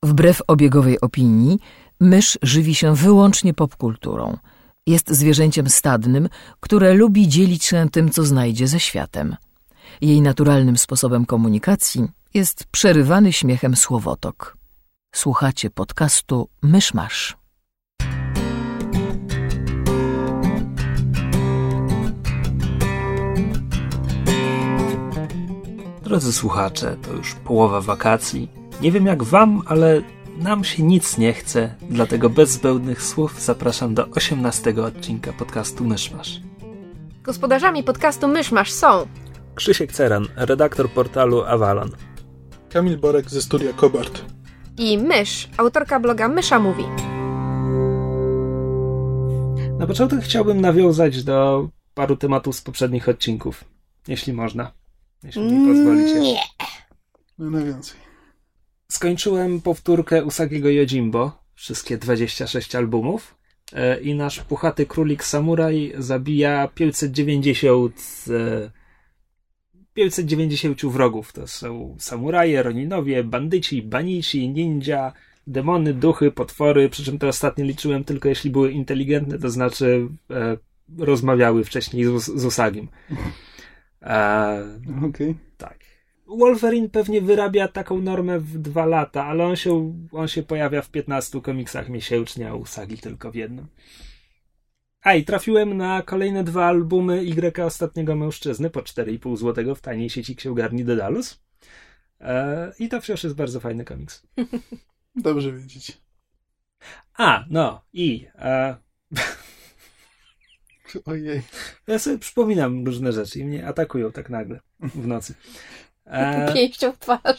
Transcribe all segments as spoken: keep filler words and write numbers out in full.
Wbrew obiegowej opinii, mysz żywi się wyłącznie popkulturą. Jest zwierzęciem stadnym, które lubi dzielić się tym, co znajdzie ze światem. Jej naturalnym sposobem komunikacji jest przerywany śmiechem słowotok. Słuchacie podcastu Myszmasz. Drodzy słuchacze, to już połowa wakacji. Nie wiem jak wam, ale nam się nic nie chce, dlatego bez zbędnych słów zapraszam do osiemnastego odcinka podcastu Myszmasz. Gospodarzami podcastu Myszmasz są Krzysiek Ceran, redaktor portalu Avalon. Kamil Borek ze studia Kobart. I Mysz, autorka bloga Mysza Mówi. Na początek chciałbym nawiązać do paru tematów z poprzednich odcinków, jeśli można. Jeśli mi pozwolicie. Nie. No najwięcej. Skończyłem powtórkę Usagiego Yojimbo, wszystkie dwadzieścia sześć albumów, i nasz puchaty królik samuraj zabija pięćset dziewięćdziesiąt pięćset dziewięćdziesiąt wrogów. To są samuraje, roninowie, bandyci, banici, ninja, demony, duchy, potwory, przy czym te ostatnie liczyłem tylko jeśli były inteligentne, to znaczy e, rozmawiały wcześniej z, z Usagim. E, Okej. Okay. Tak. Wolverine pewnie wyrabia taką normę w dwa lata, ale on się, on się pojawia w piętnastu komiksach miesięcznie, a Usagi tylko w jednym. A i trafiłem na kolejne dwa albumy Y Ostatniego Mężczyzny po cztery i pół złotego w taniej sieci księgarni Dedalus. E, I to wciąż jest bardzo fajny komiks. Dobrze wiedzieć. A, no i... E, Ojej. ja sobie przypominam różne rzeczy i mnie atakują tak nagle w nocy. E... Pięścią w twarz.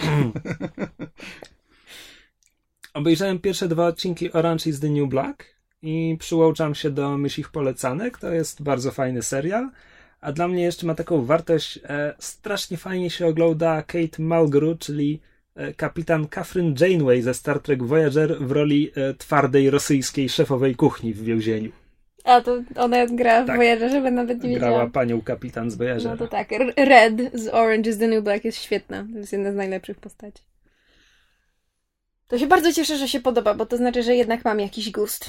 Obejrzałem pierwsze dwa odcinki Orange is the New Black i przyłączam się do myślich polecanek. To jest bardzo fajny serial, a dla mnie jeszcze ma taką wartość. E, strasznie fajnie się ogląda Kate Mulgrew, czyli e, kapitan Catherine Janeway ze Star Trek Voyager w roli e, twardej rosyjskiej szefowej kuchni w więzieniu. A to ona gra w tak. Voyagerze, bo nawet nie wiedziałam. Grała panią kapitan z Voyagera. No to tak, Red z Orange is the New Black jest świetna. To jest jedna z najlepszych postaci. To się bardzo cieszę, że się podoba, bo to znaczy, że jednak mam jakiś gust.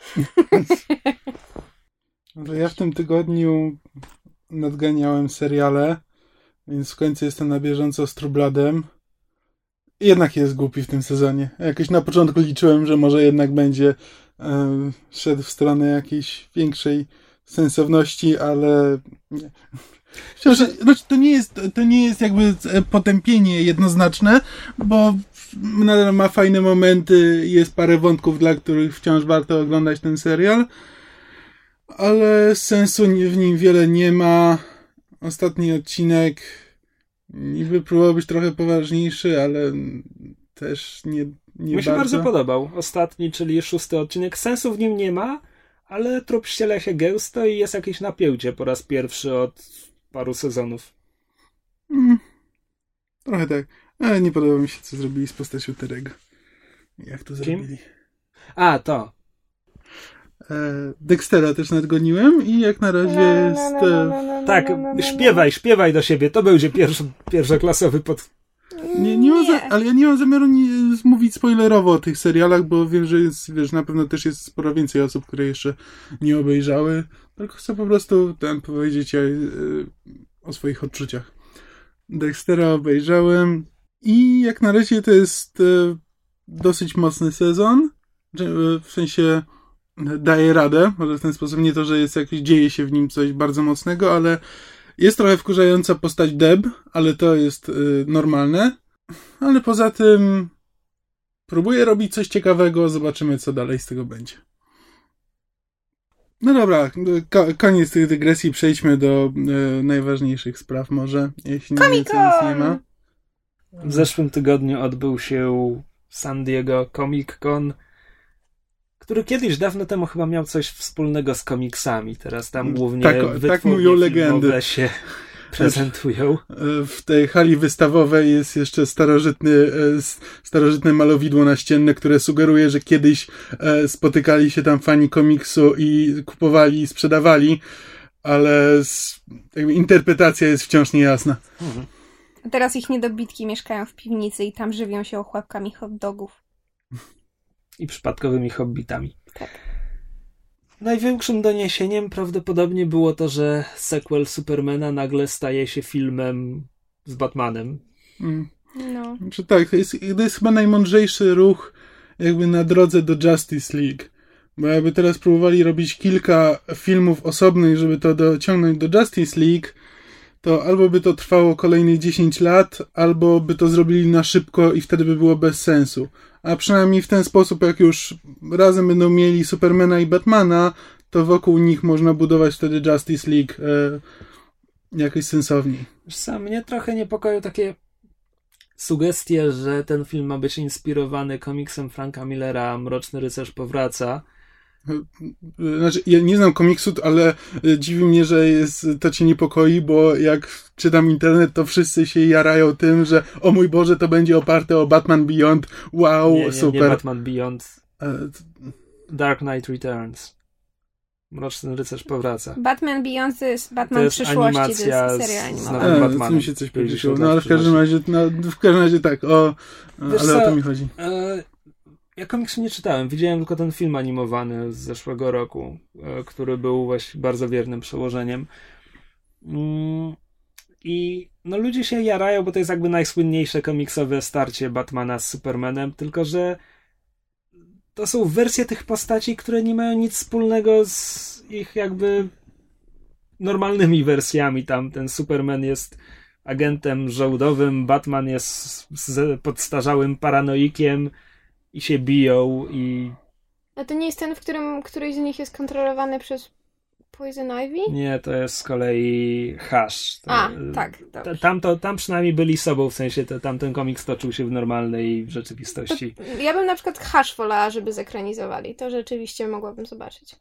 No ja w tym tygodniu nadganiałem seriale, więc w końcu jestem na bieżąco z True Bloodem. I jednak jest głupi w tym sezonie. Jakoś na początku liczyłem, że może jednak będzie e, szedł w stronę jakiejś większej sensowności, ale nie. Wciąż, znaczy to nie jest, to nie jest jakby potępienie jednoznaczne, bo nadal ma fajne momenty, jest parę wątków, dla których wciąż warto oglądać ten serial, ale sensu w nim wiele nie ma. Ostatni odcinek niby próbował być trochę poważniejszy, ale też nie, nie Mi się bardzo. bardzo podobał. Ostatni, czyli szósty odcinek. Sensu w nim nie ma, ale trup ściele się gęsto i jest jakieś napięcie po raz pierwszy od paru sezonów. Hmm. Trochę tak. Ale nie podoba mi się, co zrobili z postacią Terego. Jak to zrobili. A, to. E, Dextera też nadgoniłem i jak na razie jest... E... Tak, śpiewaj, śpiewaj do siebie. To będzie pierwszy, pierwszoklasowy pod... Nie, nie mam za, ale ja nie mam zamiaru nie, mówić spoilerowo o tych serialach, bo wiem, że jest, wiesz, na pewno też jest sporo więcej osób, które jeszcze nie obejrzały. Tylko chcę po prostu ten, powiedzieć e, o swoich odczuciach. Dextera obejrzałem i jak na razie to jest e, dosyć mocny sezon. W sensie daje radę. Może w ten sposób nie to, że jest jakiś, dzieje się w nim coś bardzo mocnego, ale jest trochę wkurzająca postać Deb, ale to jest y, normalne. Ale poza tym próbuję robić coś ciekawego, zobaczymy, co dalej z tego będzie. No dobra, ko- koniec tych dygresji, przejdźmy do y, najważniejszych spraw może, jeśli nie, nic nie ma. W zeszłym tygodniu odbył się San Diego Comic Con, który kiedyś, dawno temu chyba miał coś wspólnego z komiksami. Teraz tam głównie tak, wytwórnie tak mówią legendy. się prezentują. W tej hali wystawowej jest jeszcze starożytny, starożytne malowidło naścienne, które sugeruje, że kiedyś spotykali się tam fani komiksu i kupowali i sprzedawali, ale jakby interpretacja jest wciąż niejasna. Mhm. Teraz ich niedobitki mieszkają w piwnicy i tam żywią się ochłapkami hot dogów. I przypadkowymi hobbitami. Tak. Największym doniesieniem prawdopodobnie było to, że sequel Supermana nagle staje się filmem z Batmanem. Mm. No. Znaczy tak, to jest, to jest chyba najmądrzejszy ruch jakby na drodze do Justice League. Bo jakby teraz próbowali robić kilka filmów osobnych, żeby to dociągnąć do Justice League, to albo by to trwało kolejnych dziesięć lat, albo by to zrobili na szybko i wtedy by było bez sensu. A przynajmniej w ten sposób, jak już razem będą mieli Supermana i Batmana, to wokół nich można budować wtedy Justice League e, jakoś sensowniej. Wiesz co, mnie trochę niepokoją takie sugestie, że ten film ma być inspirowany komiksem Franka Millera Mroczny Rycerz Powraca. Znaczy, ja nie znam komiksu, ale dziwi mnie, że jest, to cię niepokoi, bo jak czytam internet, to wszyscy się jarają tym, że o mój Boże, to będzie oparte o Batman Beyond. Wow, nie, nie, super. Nie Batman Beyond. Ale... Dark Knight Returns. Mroczny Rycerz Powraca. Batman Beyond to jest Batman to jest przyszłości, to animacja jest seria z- z animowana. nowym A, co mi się coś pięćdziesiąt powiedziało. No ale w każdym razie, no, w każdym razie tak, o, Wiesz ale co, o to mi chodzi. E, ja komiksu nie czytałem. Widziałem tylko ten film animowany z zeszłego roku, e, który był właśnie bardzo wiernym przełożeniem. Mm, I no ludzie się jarają, bo to jest jakby najsłynniejsze komiksowe starcie Batmana z Supermanem, tylko że to są wersje tych postaci, które nie mają nic wspólnego z ich jakby normalnymi wersjami. Tam ten Superman jest agentem żołdowym, Batman jest z podstarzałym paranoikiem i się biją i... A to nie jest ten, w którym któryś z nich jest kontrolowany przez Poison Ivy? Nie, to jest z kolei Hush. To, A, tak. ta- Tam, to, tam przynajmniej byli sobą, w sensie to, tamten komiks toczył się w normalnej rzeczywistości. To ja bym na przykład Hush wolała, żeby zekranizowali. To rzeczywiście mogłabym zobaczyć.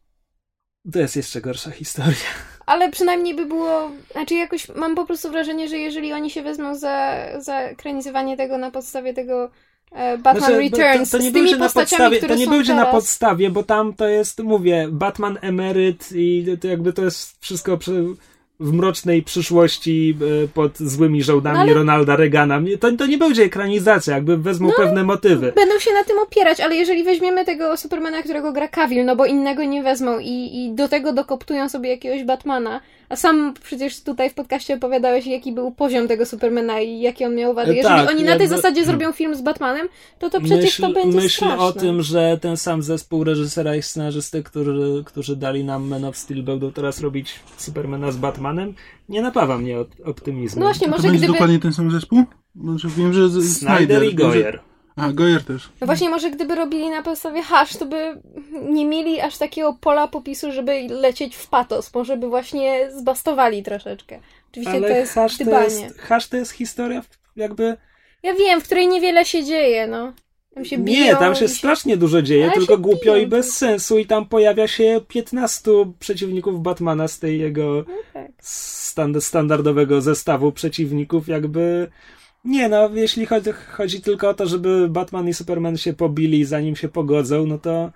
To jest jeszcze gorsza historia. Ale przynajmniej by było... Znaczy jakoś mam po prostu wrażenie, że jeżeli oni się wezmą za, za ekranizowanie tego na podstawie tego e, Batman Znaczy, Returns to, to nie z tymi będzie na postaciami, podstawie, które to nie są będzie teraz... na podstawie, bo tam to jest, mówię, Batman emeryt i to jakby to jest wszystko przy, w mrocznej przyszłości e, pod złymi żołdami No ale- Ronalda Reagana. To, to nie będzie ekranizacja, jakby wezmą No, pewne motywy. Będą się na tym opierać, ale jeżeli weźmiemy tego Supermana, którego gra Cavill, no bo innego nie wezmą i, i do tego dokoptują sobie jakiegoś Batmana, a sam przecież tutaj w podcaście opowiadałeś, jaki był poziom tego Supermana i jakie on miał wady. E, Jeżeli tak, oni na tej jakby- zasadzie zrobią film z Batmanem, to to przecież Myśl, to będzie myślę straszne. o tym, że ten sam zespół reżysera i scenarzysty, którzy, którzy dali nam Man of Steel, będą teraz robić Supermana z Batmanem, nie napawa mnie od optymizmu. No właśnie, To może będzie gdyby... dokładnie ten sam zespół? Może wiem, że z- Snyder i Goyer. A, Goyer też. No właśnie, może gdyby robili na podstawie Hush, to by nie mieli aż takiego pola popisu, żeby lecieć w patos. Może by właśnie zbastowali troszeczkę. Oczywiście Ale to jest Hush to dbanie. jest, Hush to jest historia jakby... Ja wiem, w której niewiele się dzieje, no. Tam się biją. Nie, tam się i strasznie dużo dzieje, Ale tylko się głupio biją, i bez to- sensu i tam pojawia się piętnastu przeciwników Batmana z tej jego No tak. stand, standardowego zestawu przeciwników, jakby... Nie no, jeśli chodzi, chodzi tylko o to, żeby Batman i Superman się pobili zanim się pogodzą, no to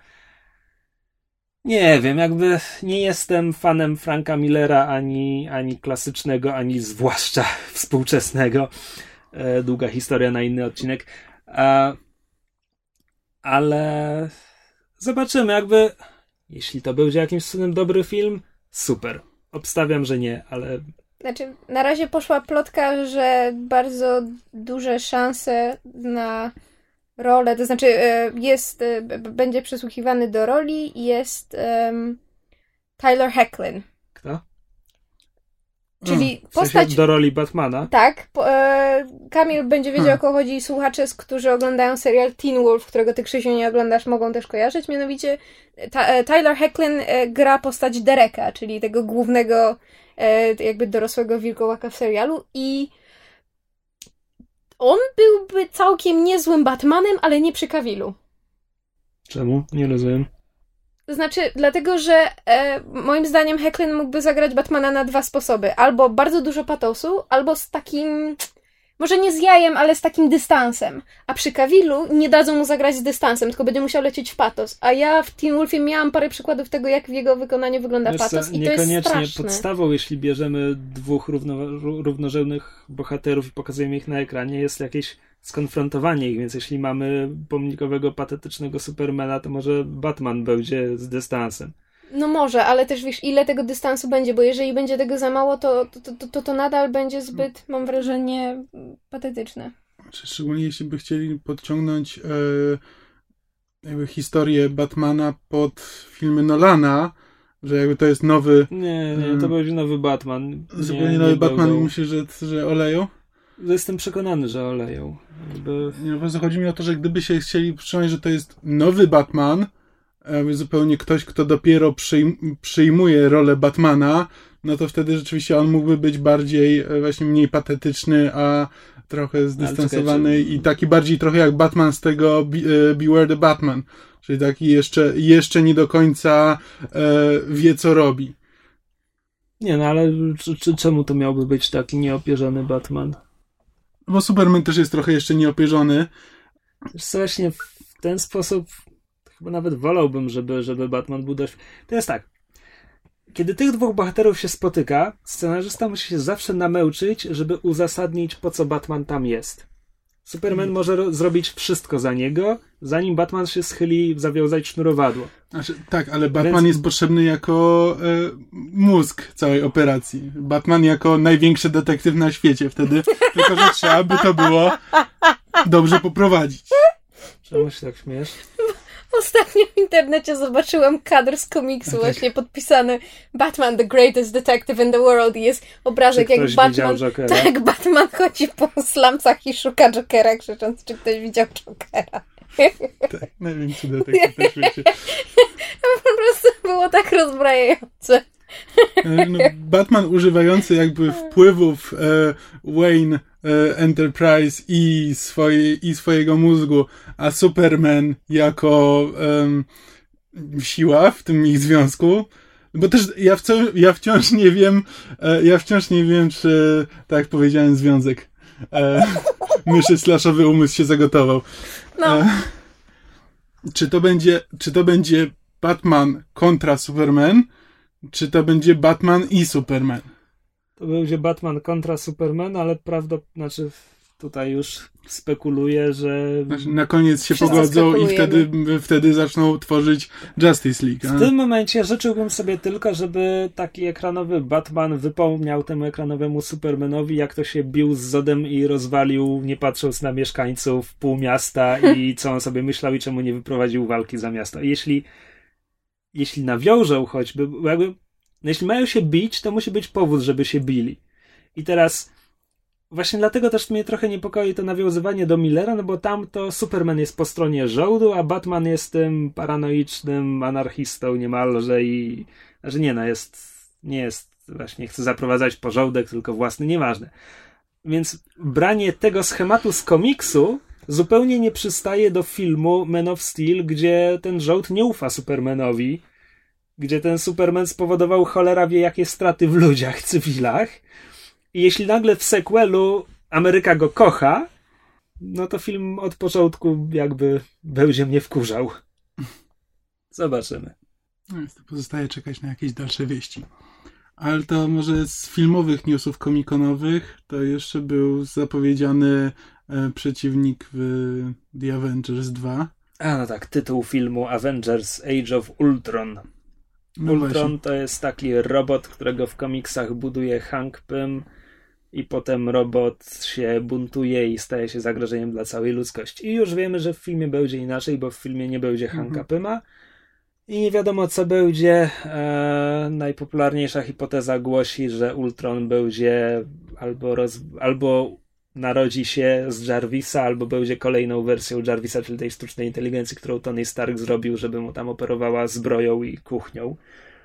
nie wiem, jakby nie jestem fanem Franka Millera ani, ani klasycznego, ani zwłaszcza współczesnego. E, długa historia na inny odcinek. E, ale zobaczymy, jakby jeśli to będzie jakimś cudem dobry film, super. Obstawiam, że nie, ale Znaczy, na razie poszła plotka, że bardzo duże szanse na rolę, to znaczy e, jest, e, b- będzie przesłuchiwany do roli i jest em, Tyler Hoechlin. kto? Czyli W postać... sensie do roli Batmana. Tak, po, e, Kamil będzie wiedział, Hmm. o kogo chodzi. Słuchacze, z- którzy oglądają serial Teen Wolf, którego ty, Krzysiu, nie oglądasz, mogą też kojarzyć. Mianowicie ta, e, Tyler Hoechlin e, gra postać Dereka, czyli tego głównego e, jakby dorosłego wilkołaka w serialu i on byłby całkiem niezłym Batmanem, ale nie przy Cavillu. Czemu? Nie rozumiem. To znaczy, dlatego, że e, moim zdaniem Hoechlin mógłby zagrać Batmana na dwa sposoby. Albo bardzo dużo patosu, albo z takim Może nie z jajem, ale z takim dystansem. A przy Cavillu nie dadzą mu zagrać z dystansem, tylko będzie musiał lecieć w patos. A ja w Teen Wolfie miałam parę przykładów tego, jak w jego wykonaniu wygląda Wiesz patos co, i to jest niekoniecznie straszne. podstawą, jeśli bierzemy dwóch równo, równorzędnych bohaterów i pokazujemy ich na ekranie, jest jakieś skonfrontowanie ich, więc jeśli mamy pomnikowego, patetycznego Supermana, to może Batman będzie z dystansem. No może, ale też wiesz, ile tego dystansu będzie, bo jeżeli będzie tego za mało, to to, to, to, to nadal będzie zbyt, mam wrażenie, patetyczne. Szczególnie jeśli by chcieli podciągnąć e, jakby historię Batmana pod filmy Nolana, że jakby to jest nowy... Nie, nie, to będzie nowy Batman. Zupełnie nie, nowy nie Batman będą. i myślę, że, że oleją. Jestem przekonany, że oleją. Jakby... Nie, po prostu chodzi mi o to, że gdyby się chcieli przyjąć, że to jest nowy Batman, jakby zupełnie ktoś, kto dopiero przyjm- przyjmuje rolę Batmana, no to wtedy rzeczywiście on mógłby być bardziej, e, właśnie mniej patetyczny, a trochę zdystansowany czekaj, czy- i taki bardziej trochę jak Batman z tego Be- e, Beware the Batman. Czyli taki jeszcze, jeszcze nie do końca e, wie, co robi. Nie, no ale czy, czy, czemu to miałby być taki nieopierzony Batman? Bo Superman też jest trochę jeszcze nieopierzony. Wiesz co, właśnie w ten sposób chyba nawet wolałbym, żeby, żeby Batman był dość... To jest tak. Kiedy tych dwóch bohaterów się spotyka, scenarzysta musi się zawsze namęczyć, żeby uzasadnić, po co Batman tam jest. Superman może ro- zrobić wszystko za niego, zanim Batman się schyli zawiązać sznurowadło. Znaczy, tak, ale Batman Więc- jest potrzebny jako e, mózg całej operacji. Batman jako największy detektyw na świecie wtedy, tylko że trzeba by to było dobrze poprowadzić. Czemu się tak śmiesz? Ostatnio w internecie zobaczyłam kadr z komiksu, tak. właśnie podpisany Batman, the greatest detective in the world i jest obrazek, Czy jak ktoś Batman... widział Jokera? Tak, Batman chodzi po slumsach i szuka Jokera, krzycząc, czy ktoś widział Jokera. Tak, największy detektyw na świecie. Po prostu było tak rozbrajające. E, No, Batman używający jakby wpływów e, Wayne e, Enterprise i, swoje, i swojego mózgu, a Superman jako em, siła w tym ich związku. Bo też ja, wco- ja wciąż nie wiem, e, ja wciąż nie wiem, czy tak jak powiedziałem, związek e, myszy slashowy umysł się zagotował. No. E, czy to będzie, czy to będzie Batman kontra Superman, czy to będzie Batman i Superman? To będzie Batman kontra Superman, ale prawdopodobnie, znaczy tutaj już spekuluję, że Znaczy, na koniec się Wszyscy pogodzą i spekulujemy. wtedy, wtedy zaczną tworzyć Justice League. w A? tym momencie życzyłbym sobie tylko, żeby taki ekranowy Batman wypomniał temu ekranowemu Supermanowi, jak to się bił z Zodem i rozwalił, nie patrząc na mieszkańców pół miasta i co on sobie myślał i czemu nie wyprowadził walki za miasto. I jeśli jeśli nawiążą choćby, bo jakby, no jeśli mają się bić, to musi być powód, żeby się bili. I teraz właśnie dlatego też mnie trochę niepokoi to nawiązywanie do Millera, no bo tam to Superman jest po stronie żołdu, a Batman jest tym paranoicznym anarchistą niemalże i, znaczy nie no, jest, nie jest, właśnie chce zaprowadzać porządek, tylko własny, nieważne. Więc branie tego schematu z komiksu zupełnie nie przystaje do filmu Man of Steel, gdzie ten żołd nie ufa Supermanowi, gdzie ten Superman spowodował cholera wie jakie straty w ludziach, cywilach. I jeśli nagle w sequelu Ameryka go kocha, no to film od początku jakby będzie mnie wkurzał. Zobaczymy. No więc to pozostaje czekać na jakieś dalsze wieści. Ale to może z filmowych newsów komikonowych to jeszcze był zapowiedziany e, przeciwnik w The Avengers dwa. A no tak, tytuł filmu Avengers Age of Ultron. No Ultron właśnie. to jest taki robot, którego w komiksach buduje Hank Pym i potem robot się buntuje i staje się zagrożeniem dla całej ludzkości. I już wiemy, że w filmie będzie inaczej, bo w filmie nie będzie Hanka Mhm. Pyma i nie wiadomo co będzie. E, najpopularniejsza hipoteza głosi, że Ultron będzie albo, roz, albo narodzi się z Jarvisa, albo będzie kolejną wersją Jarvisa, czyli tej sztucznej inteligencji, którą Tony Stark zrobił, żeby mu tam operowała zbroją i kuchnią.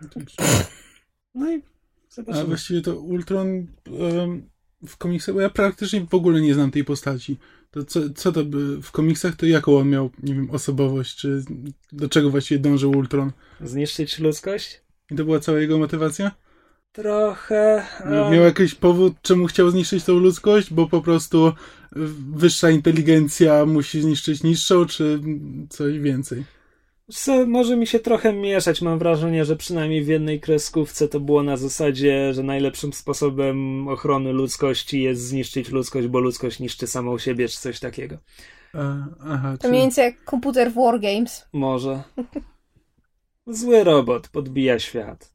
No i A zobaczymy. właściwie to Ultron em, w komiksach, bo ja praktycznie w ogóle nie znam tej postaci. To co, co to by w komiksach, to jaką on miał, nie wiem, osobowość, czy do czego właściwie dążył Ultron? Zniszczyć ludzkość? I to była cała jego motywacja? Trochę. Um... Miał jakiś powód, czemu chciał zniszczyć tą ludzkość? Bo po prostu wyższa inteligencja musi zniszczyć niższą, czy coś więcej? Co, może mi się trochę mieszać. Mam wrażenie, że przynajmniej w jednej kreskówce to było na zasadzie, że najlepszym sposobem ochrony ludzkości jest zniszczyć ludzkość, bo ludzkość niszczy samą siebie, czy coś takiego. A, aha, to mniej więcej jak komputer w Wargames. Może. Zły robot podbija świat.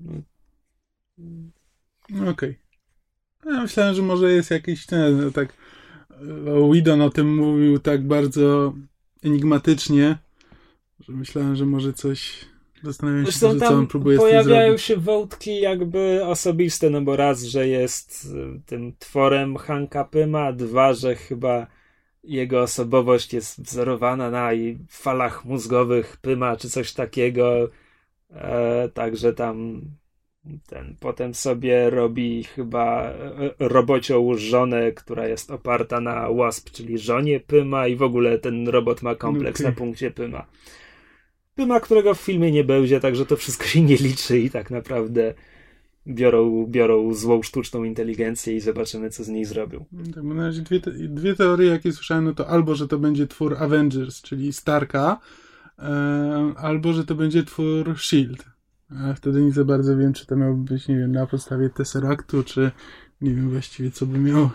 Okej. Okay. Ja myślałem, że może jest jakiś ten, tak Whedon o tym mówił tak bardzo enigmatycznie, że myślałem, że może coś zastanawiam się, Zresztą co on próbuje z tym pojawiają zrobić. się wątki jakby osobiste, no bo raz, że jest tym tworem Hanka Pyma, dwa, że chyba jego osobowość jest wzorowana na falach mózgowych Pyma, czy coś takiego. E, także tam ten potem sobie robi chyba robocią żonę, która jest oparta na Wasp, czyli żonie Pyma, i w ogóle ten robot ma kompleks okay. na punkcie Pyma. Pyma, którego w filmie nie będzie, także to wszystko się nie liczy i tak naprawdę biorą, biorą złą sztuczną inteligencję i zobaczymy, co z niej zrobią. Tak, na razie dwie, te, dwie teorie, jakie słyszałem, no to albo, że to będzie twór Avengers, czyli Starka, e, albo, że to będzie twór S H I E L D. A wtedy nie za bardzo wiem, czy to miałoby być, nie wiem, na podstawie Tesseractu, czy nie wiem właściwie, co by miało.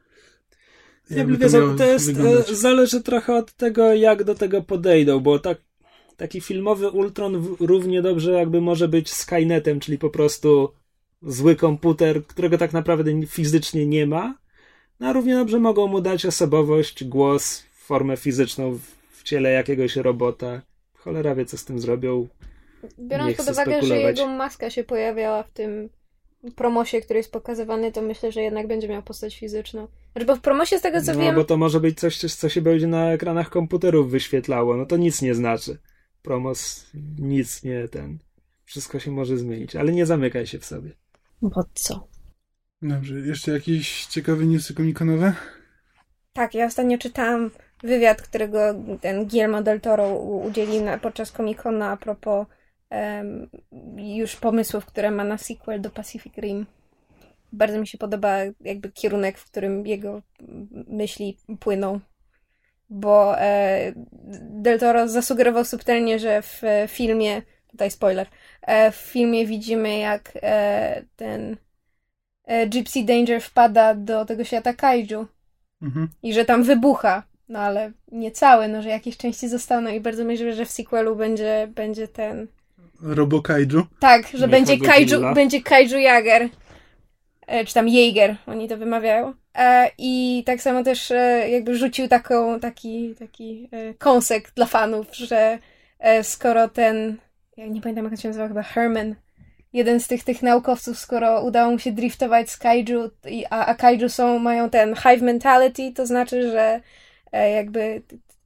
Ja by to, to jest, wyglądać. Zależy trochę od tego, jak do tego podejdą, bo tak, taki filmowy Ultron w, równie dobrze jakby może być Skynetem, czyli po prostu zły komputer, którego tak naprawdę fizycznie nie ma, no a równie dobrze mogą mu dać osobowość, głos, formę fizyczną w, w ciele jakiegoś robota. Cholera wie, co z tym zrobią. Biorąc pod uwagę, że jego maska się pojawiała w tym promosie, który jest pokazywany, to myślę, że jednak będzie miał postać fizyczną. Znaczy, bo w promosie z tego, co no, wiem... No, bo to może być coś, co się będzie na ekranach komputerów wyświetlało. No to nic nie znaczy. Promos nic nie ten... Wszystko się może zmienić, ale nie zamykaj się w sobie. Bo co? Dobrze, jeszcze jakieś ciekawe newsy komikonowe? Tak, ja ostatnio czytałam wywiad, którego ten Guillermo del Toro udzielił na, podczas Comic-Cona a propos um, już pomysłów, które ma na sequel do Pacific Rim. Bardzo mi się podoba jakby kierunek, w którym jego myśli płyną. Bo e, del Toro zasugerował subtelnie, że w filmie, tutaj spoiler, e, w filmie widzimy jak e, ten e, Gypsy Danger wpada do tego świata kaiju. Mhm. I że tam wybucha. No ale nie cały, no że jakieś części zostaną i bardzo myślę, że w sequelu będzie, będzie ten... Robo kaiju? Tak, że będzie kaiju, będzie kaiju Jager. E, czy tam Jaeger, oni to wymawiają. E, I tak samo też e, jakby rzucił taką, taki, taki e, kąsek dla fanów, że e, skoro ten, ja nie pamiętam jak on się nazywa, chyba Herman, jeden z tych, tych naukowców, skoro udało mu się driftować z kaiju, a, a kaiju są, mają ten hive mentality, to znaczy, że e, jakby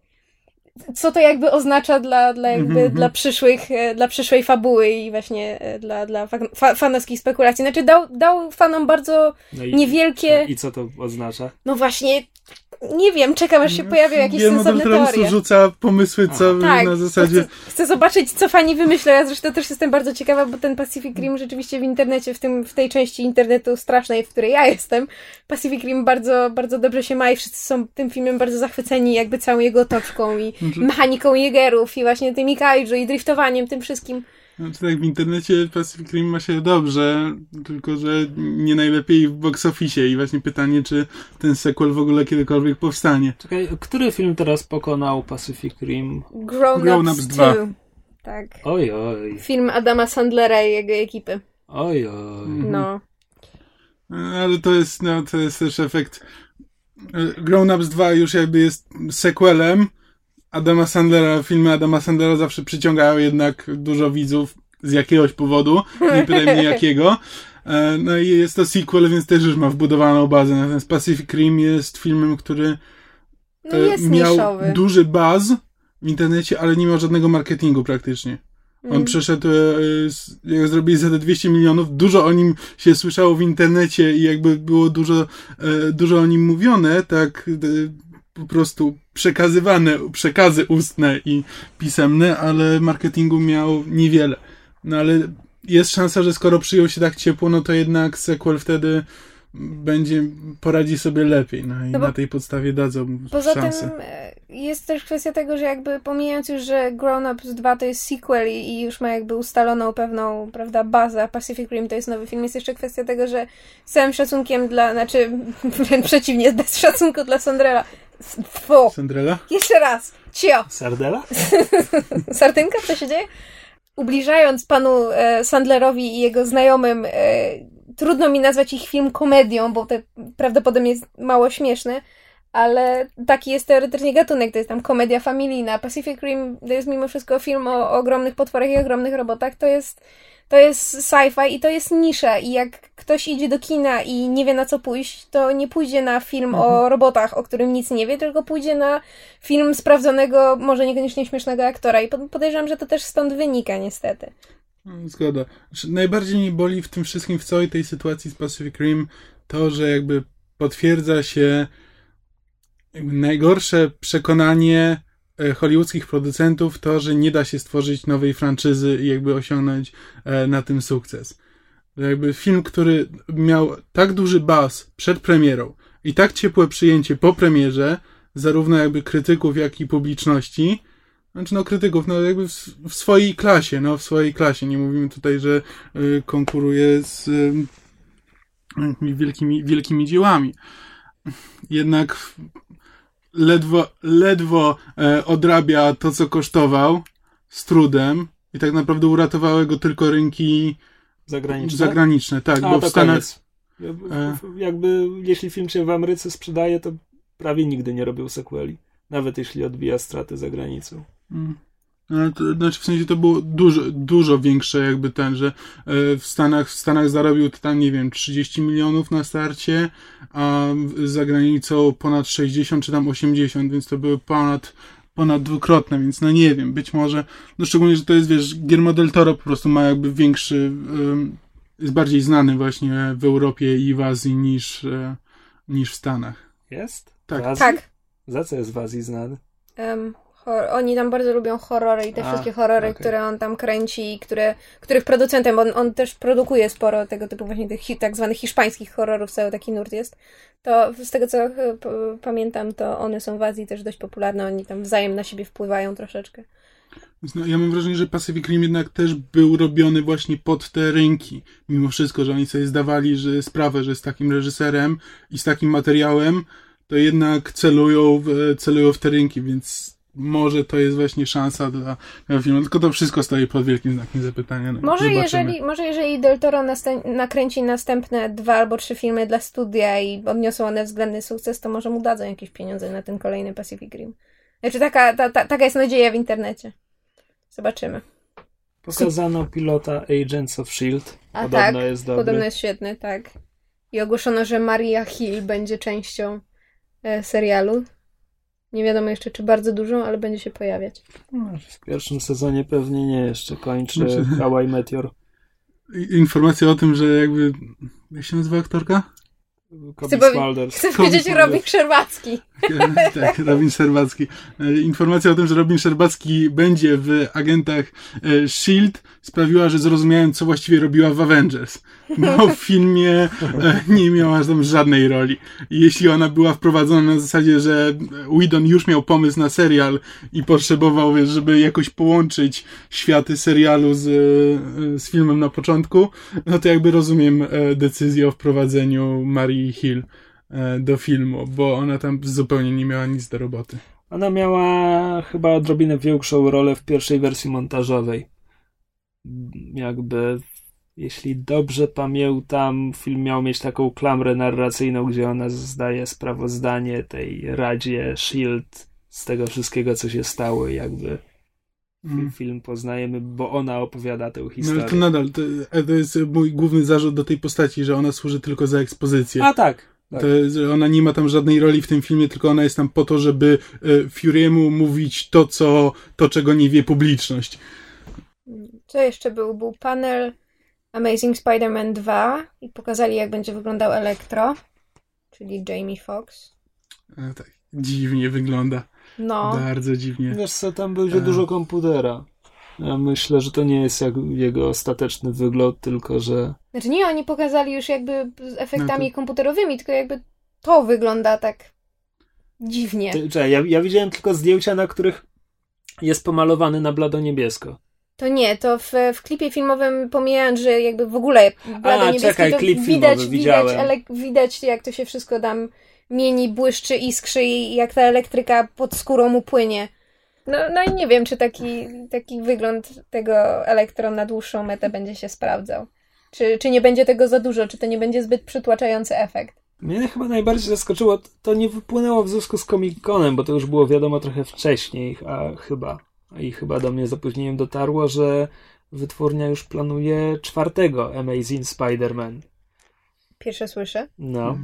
co to jakby oznacza dla, dla, jakby, mm-hmm. dla, przyszłych, dla przyszłej fabuły i właśnie dla, dla fa- fanowskich spekulacji. Znaczy dał, dał fanom bardzo no i, niewielkie... I co to oznacza? No właśnie, nie wiem, czekam aż się pojawią jakieś Wiem, sensowne teorie. Rzuca pomysły, co tak, na zasadzie... Chcę, chcę zobaczyć, co fani wymyślą. Ja zresztą też jestem bardzo ciekawa, bo ten Pacific Rim rzeczywiście w internecie, w, tym, w tej części internetu strasznej, w której ja jestem, Pacific Rim bardzo, bardzo dobrze się ma i wszyscy są tym filmem bardzo zachwyceni jakby całą jego otoczką i mechaniką Jägerów i właśnie tymi kaiju i driftowaniem, tym wszystkim. Znaczy tak, w internecie Pacific Rim ma się dobrze, tylko że nie najlepiej w box office i właśnie pytanie, czy ten sequel w ogóle kiedykolwiek powstanie. Czekaj, który film teraz pokonał Pacific Rim? Grown, Grown Ups dwa. Tak. Oj, oj. Film Adama Sandlera i jego ekipy. Oj, oj. No. Ale to jest, no, to jest też efekt. Grown Ups dwa już jakby jest sequelem Adama Sandlera. Filmy Adama Sandlera zawsze przyciągają jednak dużo widzów z jakiegoś powodu. Nie pytaj mnie jakiego. No i jest to sequel, więc też już ma wbudowaną bazę. Natomiast Pacific Rim jest filmem, który no jest miał niszowy. duży buzz w internecie, ale nie miał żadnego marketingu praktycznie. On mm. przeszedł, jak zrobili za te dwieście milionów, dużo o nim się słyszało w internecie i jakby było dużo, dużo o nim mówione, tak po prostu przekazywane, przekazy ustne i pisemne, ale marketingu miał niewiele. No ale jest szansa, że skoro przyjął się tak ciepło, no to jednak sequel wtedy będzie, poradzi sobie lepiej, no i no na tej podstawie dadzą poza szansę. Poza tym jest też kwestia tego, że jakby pomijając już, że Grown Ups dwa to jest sequel i, i już ma jakby ustaloną pewną, prawda, bazę, a Pacific Rim to jest nowy film, jest jeszcze kwestia tego, że z całym szacunkiem dla, znaczy wręcz przeciwnie, bez szacunku dla Sandrella. Fo. Sandrella? Jeszcze raz. Cio. Sardela? Sardynka? Co się dzieje? Ubliżając panu e, Sandlerowi i jego znajomym, e, trudno mi nazwać ich film komedią, bo to prawdopodobnie jest mało śmieszne, ale taki jest teoretycznie gatunek, to jest tam komedia familijna. Pacific Rim to jest mimo wszystko film o, o ogromnych potworach i ogromnych robotach, to jest, to jest sci-fi i to jest nisza i jak ktoś idzie do kina i nie wie na co pójść, to nie pójdzie na film mhm. o robotach, o którym nic nie wie, tylko pójdzie na film sprawdzonego, może niekoniecznie śmiesznego aktora i podejrzewam, że to też stąd wynika niestety. Zgoda. Najbardziej mnie boli w tym wszystkim, w całej tej sytuacji z Pacific Rim to, że jakby potwierdza się jakby najgorsze przekonanie hollywoodzkich producentów to, że nie da się stworzyć nowej franczyzy i jakby osiągnąć na tym sukces. Jakby film, który miał tak duży buzz przed premierą i tak ciepłe przyjęcie po premierze, zarówno jakby krytyków, jak i publiczności, znaczy no krytyków, no jakby w, w swojej klasie, no w swojej klasie. Nie mówimy tutaj, że y, konkuruje z y, wielkimi, wielkimi dziełami. Jednak ledwo, ledwo e, odrabia to, co kosztował z trudem i tak naprawdę uratowały go tylko rynki zagraniczne. Zagraniczne, tak, A, bo w Stanach... Jakby, e... jakby jeśli film się w Ameryce sprzedaje, to prawie nigdy nie robił sequeli. Nawet jeśli odbija straty za granicą. Hmm. No, to, znaczy w sensie to było dużo, dużo większe jakby ten, że w Stanach, w Stanach zarobił to tam, nie wiem, trzydzieści milionów na starcie, a za granicą ponad sześćdziesiąt czy tam osiemdziesiąt, więc to były ponad, ponad dwukrotne, więc no nie wiem, być może, no szczególnie, że to jest, wiesz, Guillermo del Toro po prostu ma jakby większy, jest bardziej znany właśnie w Europie i w Azji niż, niż w Stanach. Jest? Tak. W Azji? Tak. Za co jest w Azji znany? Um. Oni tam bardzo lubią horrory i te A, wszystkie horrory, okay. które on tam kręci, które, których producentem, bo on, on też produkuje sporo tego typu właśnie tych hi, tak zwanych hiszpańskich horrorów, cały taki nurt jest, to z tego co p- pamiętam, to one są w Azji też dość popularne, oni tam wzajem na siebie wpływają troszeczkę. No, ja mam wrażenie, że Pacific Rim jednak też był robiony właśnie pod te rynki, mimo wszystko, że oni sobie zdawali że sprawę, że z takim reżyserem i z takim materiałem, to jednak celują w, celują w te rynki, więc może to jest właśnie szansa dla, dla filmu, tylko to wszystko stoi pod wielkim znakiem zapytania. No, może, jeżeli, może jeżeli Del Toro następ, nakręci następne dwa albo trzy filmy dla studia i odniosą one względny sukces, to może mu dadzą jakieś pieniądze na ten kolejny Pacific Rim. Znaczy taka, ta, ta, taka jest nadzieja w internecie. Zobaczymy. Pokazano pilota Agents of Shield. A podobno tak, jest dobry. Podobno jest świetny, tak. I ogłoszono, że Maria Hill będzie częścią e, serialu. Nie wiadomo jeszcze, czy bardzo dużą, ale będzie się pojawiać. No, w pierwszym sezonie pewnie nie, jeszcze kończy znaczy, How I Met Your. Informacja o tym, że jakby... Jak się nazywa aktorka? Chcę, powie- chcę powiedzieć Robin Szerbacki. Tak, Robin Szerbacki. Informacja o tym, że Robin Szerbacki będzie w Agentach Shield sprawiła, że zrozumiałem, co właściwie robiła w Avengers. Bo w filmie nie miała tam żadnej roli. I jeśli ona była wprowadzona na zasadzie, że Whedon już miał pomysł na serial i potrzebował, wiesz, żeby jakoś połączyć światy serialu z, z filmem na początku, no to jakby rozumiem decyzję o wprowadzeniu Marii Hill do filmu, bo ona tam zupełnie nie miała nic do roboty. Ona miała chyba odrobinę większą rolę w pierwszej wersji montażowej. Jakby, jeśli dobrze pamiętam, film miał mieć taką klamrę narracyjną, gdzie ona zdaje sprawozdanie tej Radzie Shield z tego wszystkiego, co się stało i jakby mm. film poznajemy, bo ona opowiada tę historię. No ale to nadal, to, to jest mój główny zarzut do tej postaci, że ona służy tylko za ekspozycję. A tak. Tak. To, że ona nie ma tam żadnej roli w tym filmie, tylko ona jest tam po to, żeby y, Fury'emu mówić to, co, to, czego nie wie publiczność. Co jeszcze był? Był panel Amazing Spider-Man dwa i pokazali, jak będzie wyglądał Electro, czyli Jamie Foxx. A, tak, dziwnie wygląda. No. Bardzo dziwnie. Wiesz co, tam będzie A. dużo komputera. Ja myślę, że to nie jest jak jego ostateczny wygląd, tylko że... Znaczy nie, oni pokazali już jakby z efektami No to... komputerowymi, tylko jakby to wygląda tak dziwnie. Ty, czekaj, ja, ja widziałem tylko zdjęcia, na których jest pomalowany na blado-niebiesko. To nie, to w, w klipie filmowym, pomijając, że jakby w ogóle blado-niebieski, czekaj, to klip widać, filmowy, widać, widziałem. ale widać jak to się wszystko tam mieni, błyszczy, iskrzy i jak ta elektryka pod skórą mu płynie. No, no i nie wiem, czy taki, taki wygląd tego Elektro na dłuższą metę będzie się sprawdzał. Czy, czy nie będzie tego za dużo, czy to nie będzie zbyt przytłaczający efekt. Mnie chyba najbardziej zaskoczyło, to nie wypłynęło w związku z Comic-Conem, bo to już było wiadomo trochę wcześniej, a chyba, i chyba do mnie z opóźnieniem dotarło, że wytwórnia już planuje czwartego Amazing Spider-Man. Pierwsze słyszę. No.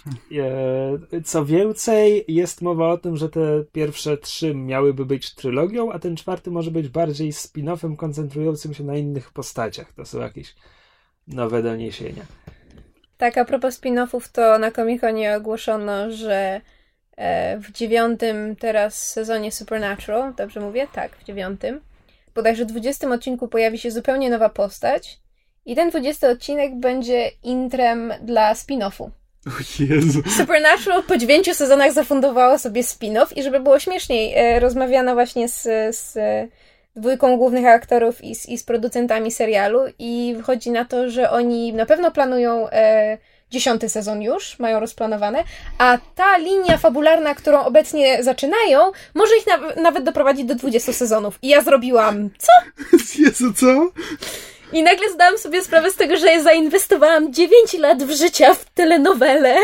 E, co więcej, jest mowa o tym, że te pierwsze trzy miałyby być trylogią, a ten czwarty może być bardziej spin-offem koncentrującym się na innych postaciach. To są jakieś nowe doniesienia. Tak, a propos spin-offów, to na Comic-Conie ogłoszono, że w dziewiątym teraz sezonie Supernatural, dobrze mówię? Tak, w dziewiątym. Bodajże w dwudziestym odcinku pojawi się zupełnie nowa postać i ten dwudziesty odcinek będzie intrem dla spin-offu. O Jezu. Supernatural po dziewięciu sezonach zafundowało sobie spin-off i żeby było śmieszniej, e, rozmawiano właśnie z, z dwójką głównych aktorów i z, i z producentami serialu i wychodzi na to, że oni na pewno planują e, dziesiąty sezon już, mają rozplanowane, a ta linia fabularna, którą obecnie zaczynają, może ich na, nawet doprowadzić do dwudziestu sezonów. I ja zrobiłam, co? Jezu, co? I nagle zdałam sobie sprawę z tego, że ja zainwestowałam dziewięć lat w życia w telenowelę.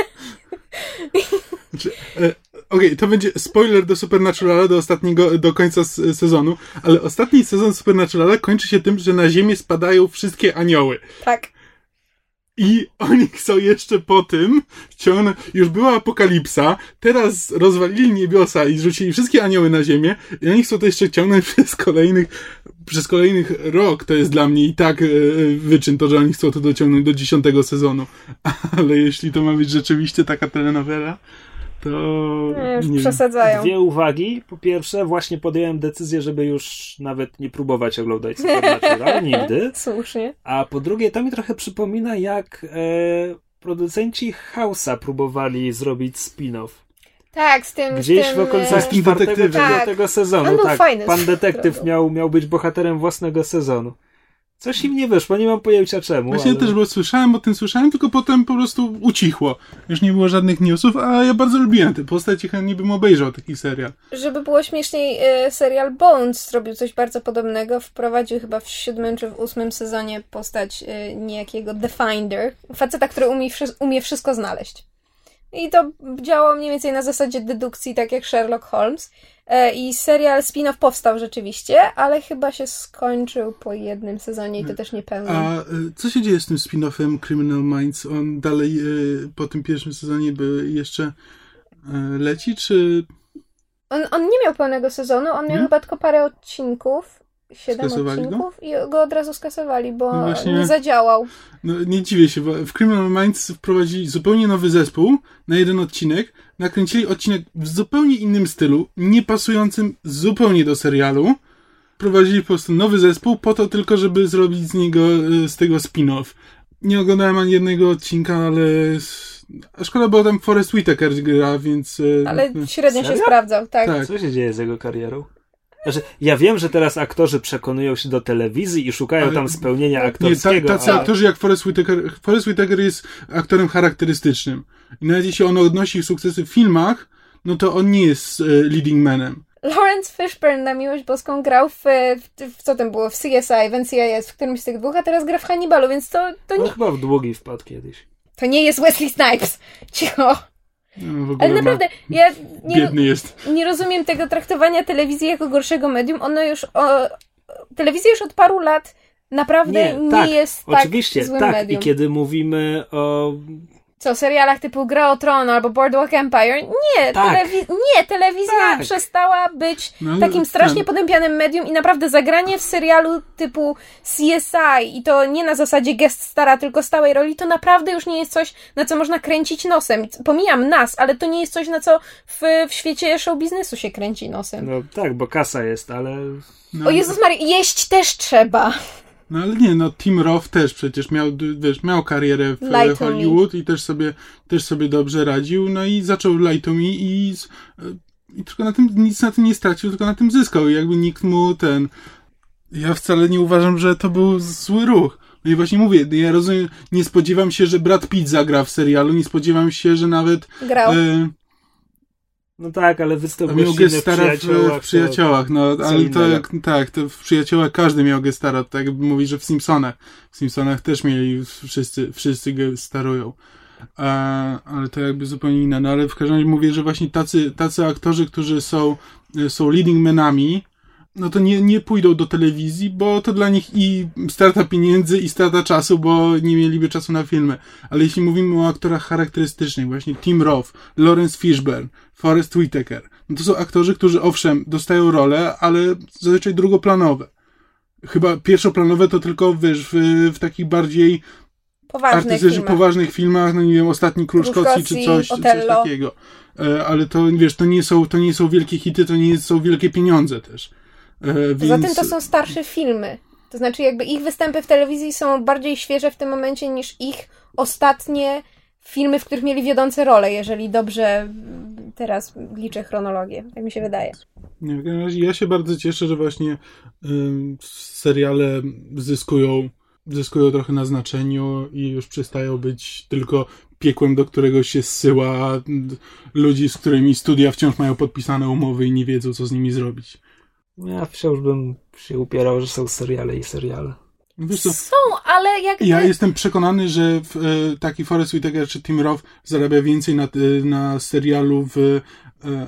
Znaczy, e, Okej, okay, to będzie spoiler do Supernaturala, do ostatniego, do końca s- sezonu, ale ostatni sezon Supernaturala kończy się tym, że na ziemię spadają wszystkie anioły. Tak. I oni chcą jeszcze po tym ciągnąć, już była apokalipsa, teraz rozwalili niebiosa i zrzucili wszystkie anioły na ziemię i oni chcą to jeszcze ciągnąć przez kolejnych, przez kolejnych rok. To jest dla mnie i tak yy, wyczyn to, że oni chcą to dociągnąć do dziesiątego sezonu. Ale jeśli to ma być rzeczywiście taka telenowela, to... Nie, już nie przesadzają. Dwie uwagi. Po pierwsze, właśnie podjąłem decyzję, żeby już nawet nie próbować oglądać Supernatural nigdy. Słusznie. A po drugie, to mi trochę przypomina, jak e, producenci House'a próbowali zrobić spin-off. Tak, z tym... Gdzieś z tym, w okolicach z tym czwartego, detektywem. piątego Tak. sezonu. On był Tak, fajny pan z detektyw drogu. miał, miał być bohaterem własnego sezonu. Coś im nie wyszło, nie mam pojęcia czemu. Właśnie ale... też, bo słyszałem o tym, słyszałem, tylko potem po prostu ucichło. Już nie było żadnych newsów, a ja bardzo lubiłem te postaci, chętnie bym obejrzał taki serial. Żeby było śmieszniej, e, serial Bones zrobił coś bardzo podobnego. Wprowadził chyba w siódmym czy w ósmym sezonie postać e, niejakiego The Finder. Faceta, który umie, wszy- umie wszystko znaleźć. I to działało mniej więcej na zasadzie dedukcji, tak jak Sherlock Holmes. E, I serial spin-off powstał rzeczywiście, ale chyba się skończył po jednym sezonie i to też niepełnym. A y, co się dzieje z tym spin-offem Criminal Minds? On dalej y, po tym pierwszym sezonie by jeszcze y, leci, czy... On, on nie miał pełnego sezonu, on miał Nie? chyba tylko parę odcinków, siedem Skasowali odcinków i go od razu skasowali, bo No właśnie. nie zadziałał. No, nie dziwię się, bo w Criminal Minds wprowadzili zupełnie nowy zespół na jeden odcinek, nakręcili odcinek w zupełnie innym stylu, nie pasującym zupełnie do serialu. Prowadzili po prostu nowy zespół po to tylko, żeby zrobić z niego, z tego spin-off. Nie oglądałem ani jednego odcinka, ale... A szkoda, bo tam Forest Whitaker gra, więc... Ale średnio Serio? się sprawdzał, tak. Tak. Co się dzieje z jego karierą? Znaczy, ja wiem, że teraz aktorzy przekonują się do telewizji i szukają Ale- tam spełnienia Nie, aktorskiego. ta, tacy ale... aktorzy jak Forest Whitaker, Forest Whitaker jest aktorem charakterystycznym. I nawet jeśli on odnosi sukcesy w filmach, no to on nie jest e, leading manem. Lawrence Fishburne na miłość boską grał w, w, w co tam było, w C S I, w N C I S, w którymś z tych dwóch, a teraz gra w Hannibalu, więc to, to, On nie, chyba w długi wpadł kiedyś. to nie jest Wesley Snipes. Cicho. No, w ogóle Ale ma- naprawdę, ja nie, biedny jest. nie rozumiem tego traktowania telewizji jako gorszego medium. Ono już, o, telewizja już od paru lat naprawdę nie, tak, jest oczywiście, tak złym tak. medium. I kiedy mówimy o Co, serialach typu Gra o Tron albo Boardwalk Empire? Nie, tak. telewi- nie telewizja tak. przestała być no, takim strasznie ten. potępianym medium i naprawdę zagranie w serialu typu C S I i to nie na zasadzie guest stara, tylko stałej roli, to naprawdę już nie jest coś, na co można kręcić nosem. Pomijam nas, ale to nie jest coś, na co w, w świecie show biznesu się kręci nosem. No tak, bo kasa jest, ale... No, O Jezus Maria, jeść też trzeba. No ale nie, no Tim Roth też przecież miał, wiesz, miał karierę w Lie to Hollywood i też sobie, też sobie dobrze radził, no i zaczął Lie to Me i, i tylko na tym, nic na tym nie stracił, tylko na tym zyskał i jakby nikt mu ten... Ja wcale nie uważam, że to był zły ruch. No i właśnie mówię, ja rozumiem, nie spodziewam się, że Brad Pitt zagra w serialu, nie spodziewam się, że nawet... Grał. E, No tak, ale wystąpił miał gościnny w Gestara w, Przyjaciołach. w Przyjaciołach, no co ale to innego. jak, tak, to w Przyjaciołach każdy miał Gestara, tak jakby mówić, że w Simpsonach. W Simpsonach też mieli, wszyscy, wszyscy Gestarują. A, ale to jakby zupełnie inne. No ale w każdym razie mówię, że właśnie tacy, tacy aktorzy, którzy są, są leading menami, no to nie, nie pójdą do telewizji, bo to dla nich i strata pieniędzy, i strata czasu, bo nie mieliby czasu na filmy. Ale jeśli mówimy o aktorach charakterystycznych, właśnie Tim Roth, Lawrence Fishburne, Forest Whitaker, no to są aktorzy, którzy owszem, dostają role, ale zazwyczaj drugoplanowe. Chyba pierwszoplanowe to tylko, wiesz, w, w takich bardziej Poważnych artystycznych, filmach. poważnych filmach, no nie wiem, Ostatni Król Król Szkocji, Szkocji, czy coś, coś Otello. takiego. E, ale to, wiesz, to nie są, to nie są wielkie hity, to nie są wielkie pieniądze też. E, Poza więc... tym to są starsze filmy. To znaczy jakby ich występy w telewizji są bardziej świeże w tym momencie niż ich ostatnie filmy, w których mieli wiodące role, jeżeli dobrze teraz liczę chronologię. Tak mi się wydaje. Nie, w każdym razie ja się bardzo cieszę, że właśnie ym, seriale zyskują, zyskują trochę na znaczeniu i już przestają być tylko piekłem, do którego się zsyła ludzi, z którymi studia wciąż mają podpisane umowy i nie wiedzą, co z nimi zrobić. Ja wciąż bym się upierał, że są seriale i seriale. Wiesz co, Są, ale jakby... ja jestem przekonany, że w, e, taki Forest Whitaker czy Tim Roth zarabia więcej na, e, na serialu w, e,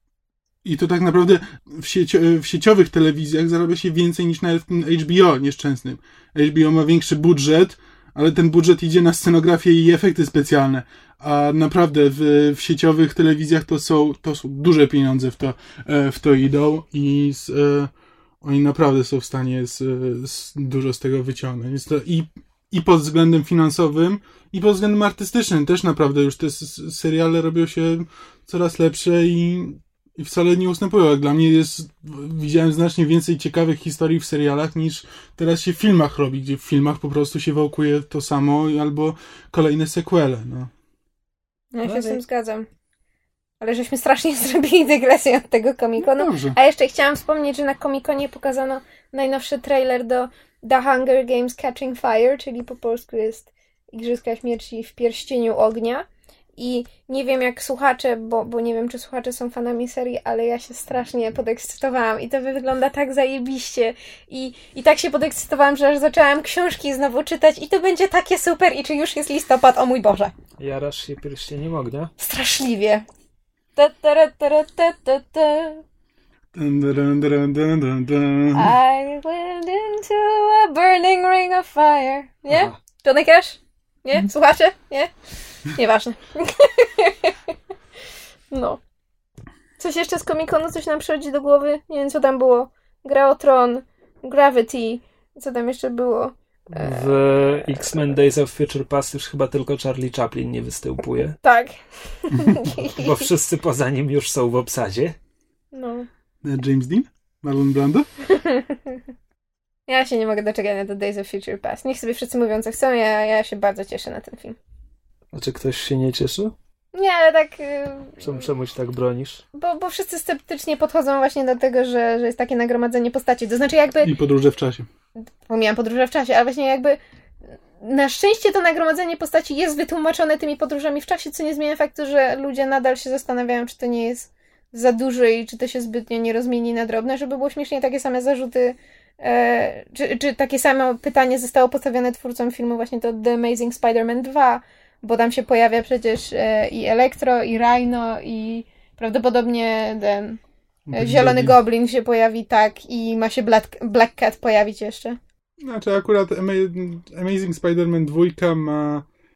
i to tak naprawdę w, siecio, w sieciowych telewizjach zarabia się więcej niż nawet w tym H B O nieszczęsnym. H B O ma większy budżet, ale ten budżet idzie na scenografię i efekty specjalne, a naprawdę w, w sieciowych telewizjach to są, to są duże pieniądze w to, e, w to idą i z, e, oni naprawdę są w stanie z, z, dużo z tego wyciągnąć. Więc to i, i pod względem finansowym, i pod względem artystycznym też naprawdę już te s- seriale robią się coraz lepsze i, i wcale nie ustępują. Jak dla mnie jest, widziałem znacznie więcej ciekawych historii w serialach niż teraz się w filmach robi, gdzie w filmach po prostu się wałkuje to samo albo kolejne sequele. No. Ja się Ale- z tym zgadzam. Ale żeśmy strasznie zrobili dygresję od tego Comic-Conu. Dobrze. A jeszcze chciałam wspomnieć, że na Comic-Conie pokazano najnowszy trailer do The Hunger Games Catching Fire, czyli po polsku jest Igrzyska Śmierci w Pierścieniu Ognia. I nie wiem jak słuchacze, bo, bo nie wiem czy słuchacze są fanami serii, ale ja się strasznie podekscytowałam i to wygląda tak zajebiście. I, i tak się podekscytowałam, że aż zaczęłam książki znowu czytać i to będzie takie super. I czy już jest listopad? O mój Boże. Jarasz się pierścieniem ognia? Straszliwie. Ta, ta, ra, ta, ra, ta, ta, ta. Dun, dun, dun, dun, dun, dun. I went into a burning ring of fire. Nie? Aha. Johnny Cash? Nie? Słuchacie? Nie? Nieważne. No. Coś jeszcze z Comic-Conu, coś nam przychodzi do głowy? Nie wiem, co tam było. Gra o Tron, Gravity, co tam jeszcze było? W X-Men Days of Future Past już chyba tylko Charlie Chaplin nie występuje, Tak. bo wszyscy poza nim już są w obsadzie. No. James Dean? Marlon Brando? Ja się nie mogę doczekać na The Days of Future Past. Niech sobie wszyscy mówią, co chcą, ja, ja się bardzo cieszę na ten film. A czy ktoś się nie cieszy? Nie, ale tak... Czemu czemuś tak bronisz? Bo, bo wszyscy sceptycznie podchodzą właśnie do tego, że, że jest takie nagromadzenie postaci. To znaczy jakby... I podróże w czasie. Pomijam podróże w czasie, ale właśnie jakby na szczęście to nagromadzenie postaci jest wytłumaczone tymi podróżami w czasie, co nie zmienia faktu, że ludzie nadal się zastanawiają, czy to nie jest za dużo i czy to się zbytnio nie rozmieni na drobne, żeby było śmiesznie takie same zarzuty, e, czy, czy takie samo pytanie zostało postawione twórcom filmu właśnie to The Amazing Spider-Man dwa, bo tam się pojawia przecież e, i Electro, i Rhino, i prawdopodobnie ten e, Zielony Goblin się pojawi, tak, i ma się Black, Black Cat pojawić jeszcze. Znaczy akurat Ama- Amazing Spider-Man dwa ma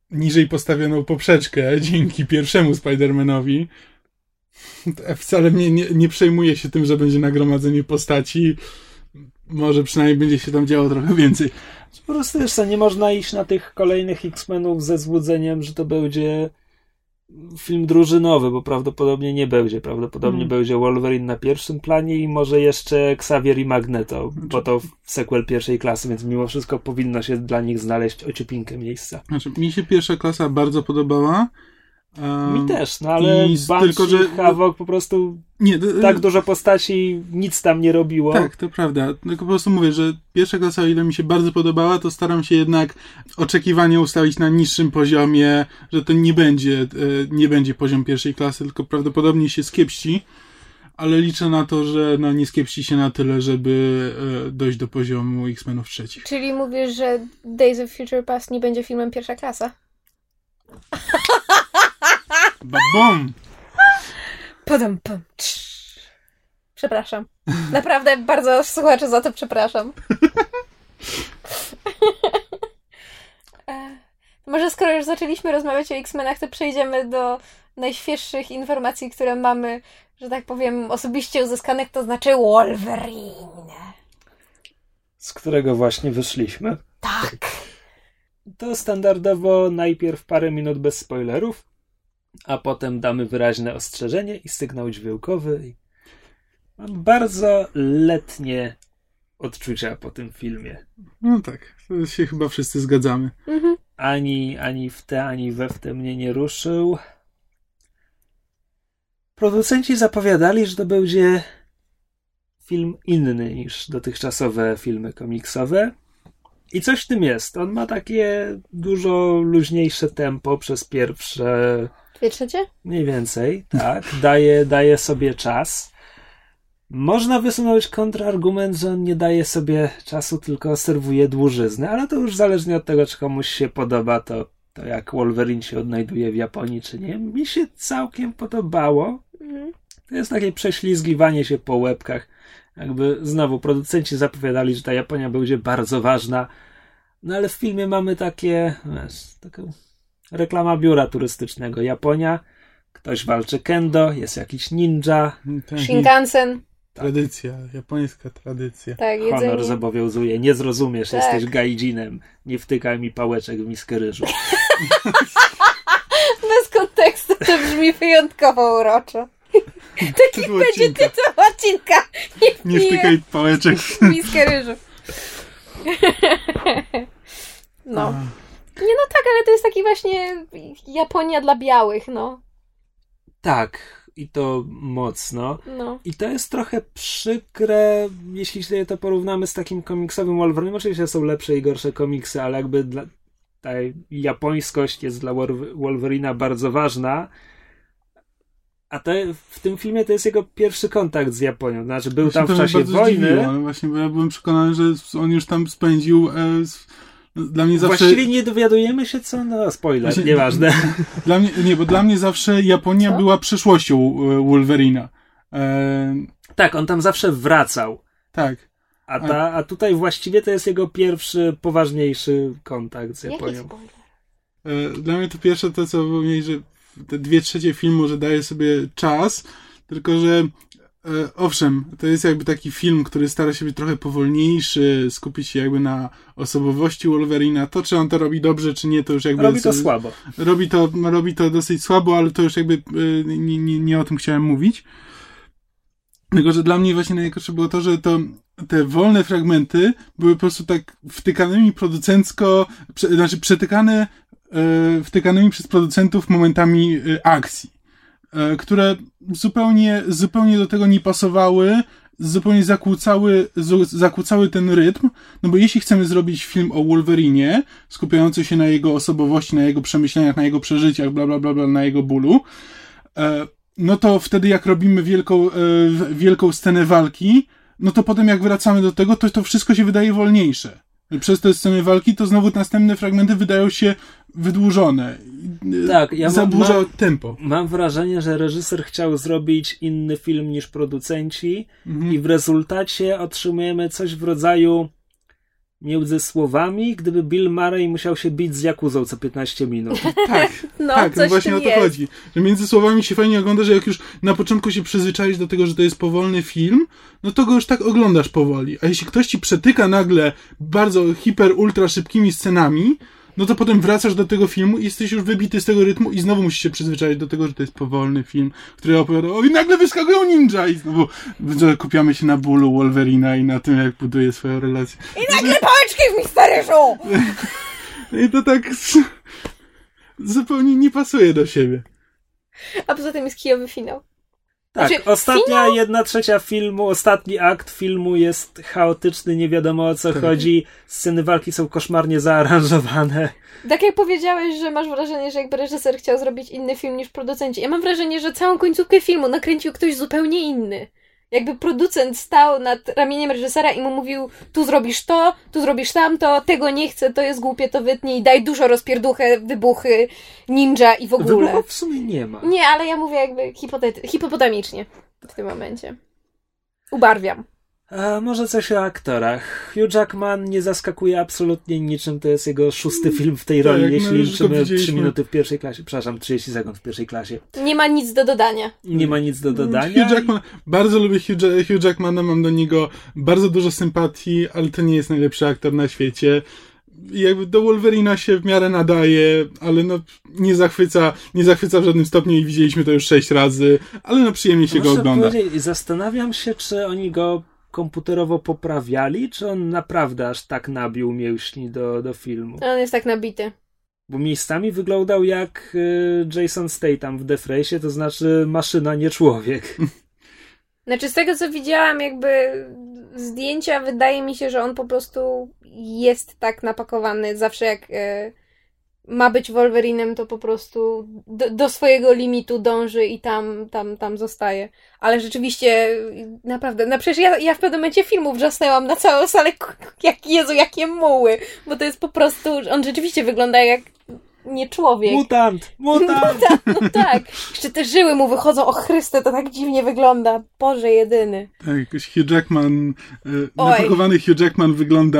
niżej postawioną poprzeczkę dzięki pierwszemu Spider-Manowi. Wcale mnie nie, nie przejmuję się tym, że będzie nagromadzenie postaci. Może przynajmniej będzie się tam działo trochę więcej. Po prostu wiesz co, nie można iść na tych kolejnych X-Menów ze złudzeniem, że to będzie film drużynowy, bo prawdopodobnie nie będzie. Prawdopodobnie hmm. będzie Wolverine na pierwszym planie i może jeszcze Xavier i Magneto, znaczy... bo to sequel pierwszej klasy, więc mimo wszystko powinno się dla nich znaleźć ociupinkę miejsca. Znaczy, mi się pierwsza klasa bardzo podobała. Um, Mi też, no ale Banshee, tylko, że Havok po prostu nie, to, tak dużo postaci nic tam nie robiło. Tak, to prawda. Tylko po prostu mówię, że pierwsza klasa, o ile mi się bardzo podobała, to staram się jednak oczekiwania ustawić na niższym poziomie, że to nie będzie, nie będzie poziom pierwszej klasy, tylko prawdopodobnie się skiepści, ale liczę na to, że no, nie skiepści się na tyle, żeby dojść do poziomu X-Menów trzecich. Czyli mówisz, że Days of Future Past nie będzie filmem pierwsza klasa? Babum! Podam, pum. Przepraszam. Naprawdę bardzo słuchaczy za to przepraszam. Może skoro już zaczęliśmy rozmawiać o X-Menach, to przejdziemy do najświeższych informacji, które mamy, że tak powiem, osobiście uzyskanych, to znaczy Wolverine. Z którego właśnie wyszliśmy. Tak. To standardowo najpierw parę minut bez spoilerów, a potem damy wyraźne ostrzeżenie i sygnał dźwiękowy. Mam bardzo letnie odczucia po tym filmie. No tak, to się chyba wszyscy zgadzamy. Mhm. Ani, ani w te, ani we w te mnie nie ruszył. Producenci zapowiadali, że to będzie film inny niż dotychczasowe filmy komiksowe. I coś w tym jest. On ma takie dużo luźniejsze tempo przez pierwsze... Dwie trzecie? Mniej więcej, tak. Daje, daje sobie czas. Można wysunąć kontrargument, że on nie daje sobie czasu, tylko serwuje dłużyznę, ale to już zależnie od tego, czy komuś się podoba, to, to jak Wolverine się odnajduje w Japonii, czy nie. Mi się całkiem podobało. Mhm. To jest takie prześlizgiwanie się po łebkach. Jakby znowu producenci zapowiadali, że ta Japonia będzie bardzo ważna, no ale w filmie mamy takie, wiesz, taką reklama biura turystycznego. Japonia, ktoś walczy kendo, jest jakiś ninja. Shinkansen. Tradycja, japońska tradycja. Tak, jedzenie. Honor zobowiązuje, nie zrozumiesz, tak. Jesteś gaijinem, nie wtykaj mi pałeczek w miskę ryżu. Bez kontekstu to brzmi wyjątkowo uroczo. Taki tytuł będzie odcinka. tytuł odcinka. Nie, nie wtykaj pałeczek w miskę ryżu. No. A. Nie, no tak, ale to jest taki właśnie Japonia dla białych, no. Tak, i to mocno. No. I to jest trochę przykre, jeśli sobie to porównamy z takim komiksowym Wolverine. Oczywiście są lepsze i gorsze komiksy, ale jakby dla, ta japońskość jest dla Wolverina bardzo ważna. A to, w tym filmie to jest jego pierwszy kontakt z Japonią. Znaczy był właśnie tam w czasie wojny. Zdziwiło, ale właśnie, bo ja byłem przekonany, że on już tam spędził... E, dla mnie zawsze... Właściwie nie dowiadujemy się co? No spoiler, właśnie, nieważne. Dla mnie, nie, bo dla mnie zawsze Japonia co? była przyszłością Wolverina. E... Tak, on tam zawsze wracał. Tak. A, ta, a tutaj właściwie to jest jego pierwszy, poważniejszy kontakt z Japonią. E, dla mnie to pierwsze to, co powiedzieć, że te dwie trzecie filmu, że daje sobie czas, tylko że e, owszem, to jest jakby taki film, który stara się być trochę powolniejszy, skupić się jakby na osobowości Wolverina. To, czy on to robi dobrze, czy nie, to już jakby... Robi to jest, słabo. Robi to, robi to dosyć słabo, ale to już jakby e, nie, nie, nie o tym chciałem mówić. Tylko, że dla mnie właśnie najgorsze było to, że to te wolne fragmenty były po prostu tak wtykanymi producencko, prze, znaczy przetykane e, wtykanymi przez producentów momentami e, akcji, e, które zupełnie, zupełnie do tego nie pasowały, zupełnie zakłócały, z, zakłócały ten rytm, no bo jeśli chcemy zrobić film o Wolverinie, skupiający się na jego osobowości, na jego przemyśleniach, na jego przeżyciach, bla, bla, bla, bla, na jego bólu, e, no to wtedy jak robimy wielką, e, wielką scenę walki, no to potem jak wracamy do tego, to to wszystko się wydaje wolniejsze. Przez te sceny walki to znowu następne fragmenty wydają się wydłużone. Tak, ja zaburza mam, tempo. Mam wrażenie, że reżyser chciał zrobić inny film niż producenci mhm. i w rezultacie otrzymujemy coś w rodzaju między słowami, gdyby Bill Murray musiał się bić z Jakuzą co piętnaście minut. Tak, no, tak, no właśnie o to jest. chodzi. Że między słowami się fajnie ogląda, że jak już na początku się przyzwyczaisz do tego, że to jest powolny film, no to go już tak oglądasz powoli. A jeśli ktoś ci przetyka nagle bardzo hiper, ultra szybkimi scenami, no to potem wracasz do tego filmu i jesteś już wybity z tego rytmu i znowu musisz się przyzwyczaić do tego, że to jest powolny film, który opowiada, o i nagle wyskakują ninja i znowu kupiamy się na bólu Wolverina i na tym, jak buduje swoją relację. I nagle pałeczki w misteryszu! I to tak zupełnie nie pasuje do siebie. A poza tym jest kijowy finał. Tak, Znaczy, ostatnia finał... jedna trzecia filmu, ostatni akt filmu jest chaotyczny, nie wiadomo o co tak. chodzi, sceny walki są koszmarnie zaaranżowane. Tak jak powiedziałeś, że masz wrażenie, że jakby reżyser chciał zrobić inny film niż producenci. Ja mam wrażenie, że całą końcówkę filmu nakręcił ktoś zupełnie inny. Jakby producent stał nad ramieniem reżysera i mu mówił, tu zrobisz to, tu zrobisz tamto, tego nie chcę, to jest głupie, to wytnij, daj dużo rozpierduchę, wybuchy, ninja i w ogóle. Wybuchów w sumie nie ma. Nie, ale ja mówię jakby hipotety- hipopotamicznie w tym momencie. Ubarwiam. A może coś o aktorach. Hugh Jackman nie zaskakuje absolutnie niczym, to jest jego szósty film w tej Tak, roli, no jeśli już go liczymy trzy widzieliśmy. minuty w pierwszej klasie, przepraszam, trzydzieści sekund w pierwszej klasie. Nie ma nic do dodania. Nie ma nic do dodania. Hugh Jackman, bardzo lubię Hugh, Hugh Jackmana, mam do niego bardzo dużo sympatii, ale to nie jest najlepszy aktor na świecie. I jakby do Wolverina się w miarę nadaje, ale no nie zachwyca, nie zachwyca w żadnym stopniu i widzieliśmy to już sześć razy, ale no przyjemnie się go Muszę ogląda. powiedzieć, zastanawiam się, czy oni go komputerowo poprawiali, czy on naprawdę aż tak nabił mięśni do, do filmu. On jest tak nabity. Bo miejscami wyglądał jak y, Jason Statham w Death Race, to znaczy maszyna, nie człowiek. Znaczy z tego co widziałam jakby zdjęcia, wydaje mi się, że on po prostu jest tak napakowany. Zawsze jak e, ma być Wolverinem, to po prostu do, do swojego limitu dąży i tam, tam, tam zostaje. Ale rzeczywiście naprawdę, no przecież ja, ja w pewnym momencie filmu wrzasnęłam na całą salę, jak Jezu, jakie muły. Bo to jest po prostu, on rzeczywiście wygląda jak nie człowiek. Mutant! Mutant! No tak. Jeszcze te żyły mu wychodzą, o Chryste, to tak dziwnie wygląda. Boże jedyny. Tak, jakoś Hugh Jackman, e, napakowany Hugh Jackman wygląda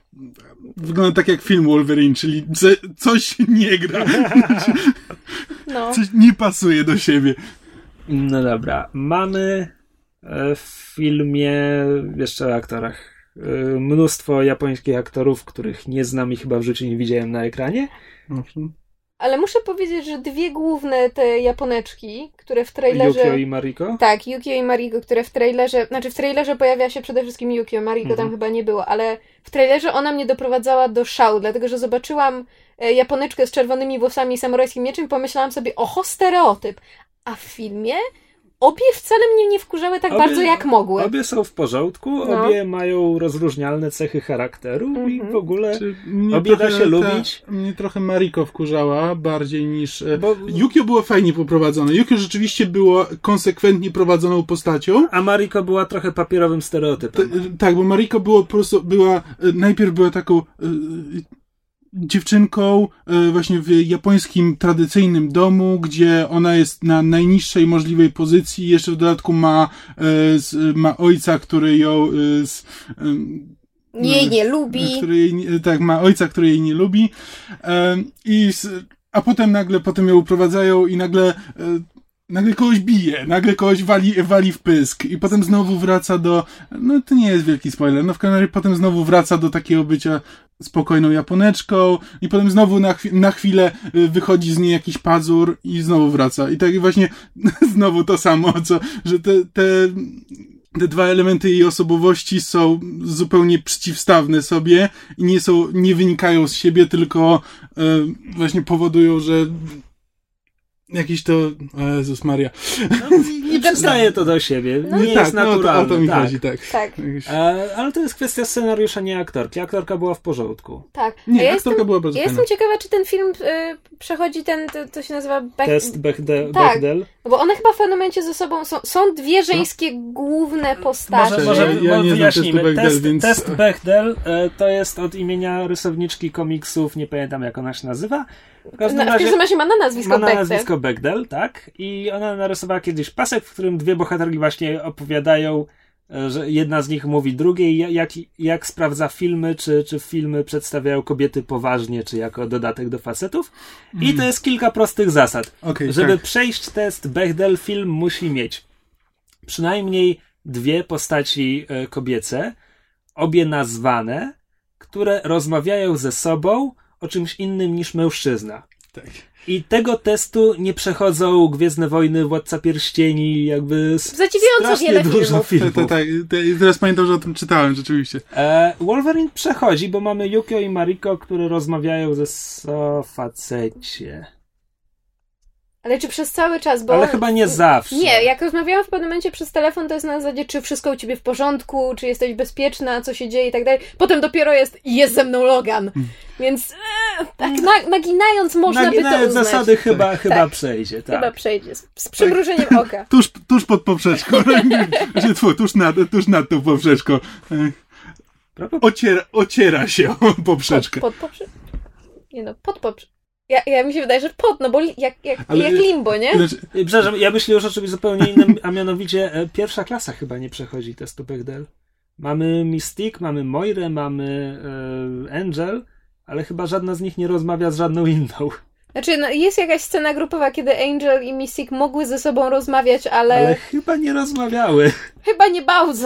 wygląda tak jak film Wolverine, czyli ce, coś nie gra. No. Coś nie pasuje do siebie. No dobra, mamy w filmie, jeszcze o aktorach, mnóstwo japońskich aktorów, których nie znam i chyba w życiu nie widziałem na ekranie. Ale muszę powiedzieć, że dwie główne te Japoneczki, które w trailerze... Yukio i Mariko? Tak, Yukio i Mariko, które w trailerze... Znaczy w trailerze pojawia się przede wszystkim Yukio, Mariko Mhm. tam chyba nie było, ale w trailerze ona mnie doprowadzała do szału, dlatego że zobaczyłam e, Japoneczkę z czerwonymi włosami i samurajskim mieczem i pomyślałam sobie, oho, stereotyp. A w filmie obie wcale mnie nie wkurzały tak Obie- bardzo, jak mogły. Obie są w porządku, No. obie mają rozróżnialne cechy charakteru i Mhm. w ogóle Czy mnie obie da trochę się ta- lubić. Mnie trochę Mariko wkurzała bardziej niż... e, Bo- Yukio było fajnie poprowadzone. Yukio rzeczywiście było konsekwentnie prowadzoną postacią. A Mariko była trochę papierowym T- stereotypem. tak, bo Mariko było po prostu, była, e, najpierw była taką e, dziewczynką e, właśnie w japońskim tradycyjnym domu, gdzie ona jest na najniższej możliwej pozycji i jeszcze w dodatku ma, e, z, ma ojca, który ją e, z, e, Jej nie lubi. który jej, nie- tak, ma ojca, który jej nie lubi. E, i s- a potem nagle, potem ją uprowadzają i nagle e, nagle kogoś bije, nagle kogoś wali, wali w pysk i potem znowu wraca do, no to nie jest wielki spoiler, no w każdym razie potem znowu wraca do takiego bycia spokojną Japoneczką i potem znowu na, chwi- na chwilę y, wychodzi z niej jakiś pazur i znowu wraca. I tak właśnie znowu to samo, co, że te, te te dwa elementy jej osobowości są zupełnie przeciwstawne sobie i nie są, nie wynikają z siebie, tylko y, właśnie powodują, że jakiś to... O Jezus Maria. No, nie przystaje to do siebie. No nie nie. jest tak, naturalne. no, o to, o to mi tak. chodzi, tak. Tak. Jakiś- E, ale to jest kwestia scenariusza, nie aktorki. Aktorka była w porządku. Tak. Nie, A ja aktorka jestem, była bardzo ja fajna. jestem ciekawa, czy ten film y, przechodzi ten, to, to się nazywa... Back... Test Bechdel. Tak. Bechdel. No bo one chyba w pewnym momencie ze sobą są, są dwie żeńskie główne postacie. Może, może Ja- ja może nie znam wyjaśnimy. testu Bechdel, test, więc- test Bechdel e, to jest od imienia rysowniczki komiksów, nie pamiętam jak ona się nazywa. W każdym Na, w razie każdym razie ma na nazwisko ma na Bechdel. nazwisko Bechdel, tak? I ona narysowała kiedyś pasek, w którym dwie bohaterki właśnie opowiadają że jedna z nich mówi drugiej, jak, jak sprawdza filmy, czy, czy filmy przedstawiają kobiety poważnie, czy jako dodatek do facetów. I mm. to jest kilka prostych zasad. Okay, Żeby tak. przejść test Bechdel, film musi mieć przynajmniej dwie postaci kobiece, obie nazwane, które rozmawiają ze sobą o czymś innym niż mężczyzna. Tak. I tego testu nie przechodzą Gwiezdne Wojny, Władca Pierścieni, jakby zadziwiająco wiele dużo filmów. filmów. Tak, tak, tak. Teraz pamiętam, że o tym czytałem, rzeczywiście. E, Wolverine przechodzi, bo mamy Yukio i Mariko, które rozmawiają ze so facecie. Ale czy przez cały czas, bo... Ale chyba nie zawsze. Nie, jak rozmawiałam w pewnym momencie przez telefon, to jest na zasadzie, czy wszystko u ciebie w porządku, czy jesteś bezpieczna, co się dzieje i tak dalej. Potem dopiero jest i jest ze mną Logan. Hmm. Więc e, tak na, naginając można Naginając by to uznać. zasady chyba, tak. chyba tak. przejdzie. Tak. Chyba przejdzie. Z, z przymrużeniem tak. oka. Tuż, tuż pod poprzeczką. tuż, nad, tuż nad tą poprzeczką. Ociera, ociera się o poprzeczkę. Pod, pod poprzeczką. Nie no, pod poprzeczką. Ja, ja mi się wydaje, że pod, no bo li, jak, jak, Ale, jak limbo, nie? Znaczy, przepraszam, ja myślę już o czymś zupełnie innym, a mianowicie e, pierwsza klasa chyba nie przechodzi testu Bechdel. Mamy Mystique, mamy Moirę, mamy e, Angel, ale chyba żadna z nich nie rozmawia z żadną inną. Znaczy, no, jest jakaś scena grupowa, kiedy Angel i Mystique mogły ze sobą rozmawiać, ale... Ale chyba nie rozmawiały. Chyba nie bardzo.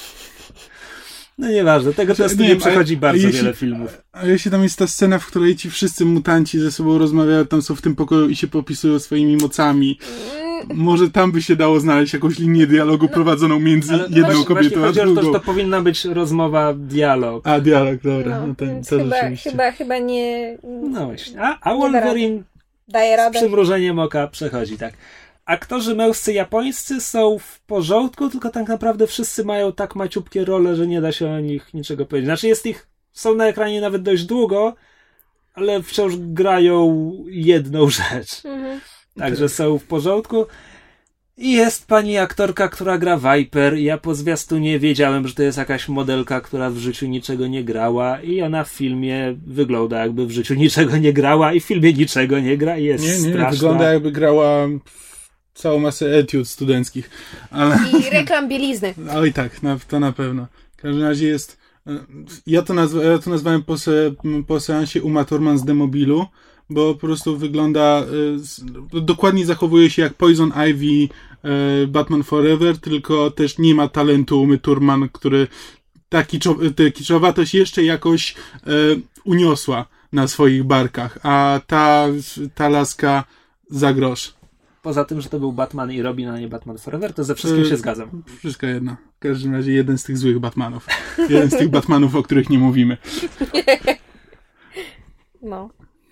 No nieważne, tego testu nie, nie przechodzi bardzo jeśli, wiele filmów. A jeśli tam jest ta scena, w której ci wszyscy mutanci ze sobą rozmawiają, tam są w tym pokoju i się popisują swoimi mocami, mm. może tam by się dało znaleźć jakąś linię dialogu no, prowadzoną między jedną właśnie, kobietą właśnie a drugą. To, że to powinna być rozmowa, dialog. A, dialog, dobra. No, no to, więc to chyba, rzeczywiście. chyba, chyba nie... No właśnie, a, a Wolverine daje radę. Z przymrużeniem oka przechodzi, tak. Aktorzy męscy japońscy są w porządku, tylko tak naprawdę wszyscy mają tak maciupkie role, że nie da się o nich niczego powiedzieć. Znaczy jest ich, są na ekranie nawet dość długo, ale wciąż grają jedną rzecz. Mhm. Także są w porządku. I jest pani aktorka, która gra Viper. Ja po zwiastunie wiedziałem, że to jest jakaś modelka, która w życiu niczego nie grała i ona w filmie wygląda jakby w życiu niczego nie grała i w filmie niczego nie gra i jest nie, nie, straszna. Wygląda jakby grała całą masę etiud studenckich. Ale... I reklam bielizny. Ale i tak, na, to na pewno. W każdym razie jest... Ja to, nazwa, ja to nazwałem po, se, po seansie Uma Thurman z Demobilu, bo po prostu wygląda... Y, dokładnie zachowuje się jak Poison Ivy y, Batman Forever, tylko też nie ma talentu Umy Thurman, który ta, kiczo, ta kiczowatość jeszcze jakoś y, uniosła na swoich barkach, a ta, ta laska za grosz. Poza tym, że to był Batman i Robin, a nie Batman Forever, to ze wszystkim się zgadzam. Wszystko jedno. W każdym razie jeden z tych złych Batmanów. Jeden z tych Batmanów, o których nie mówimy. No.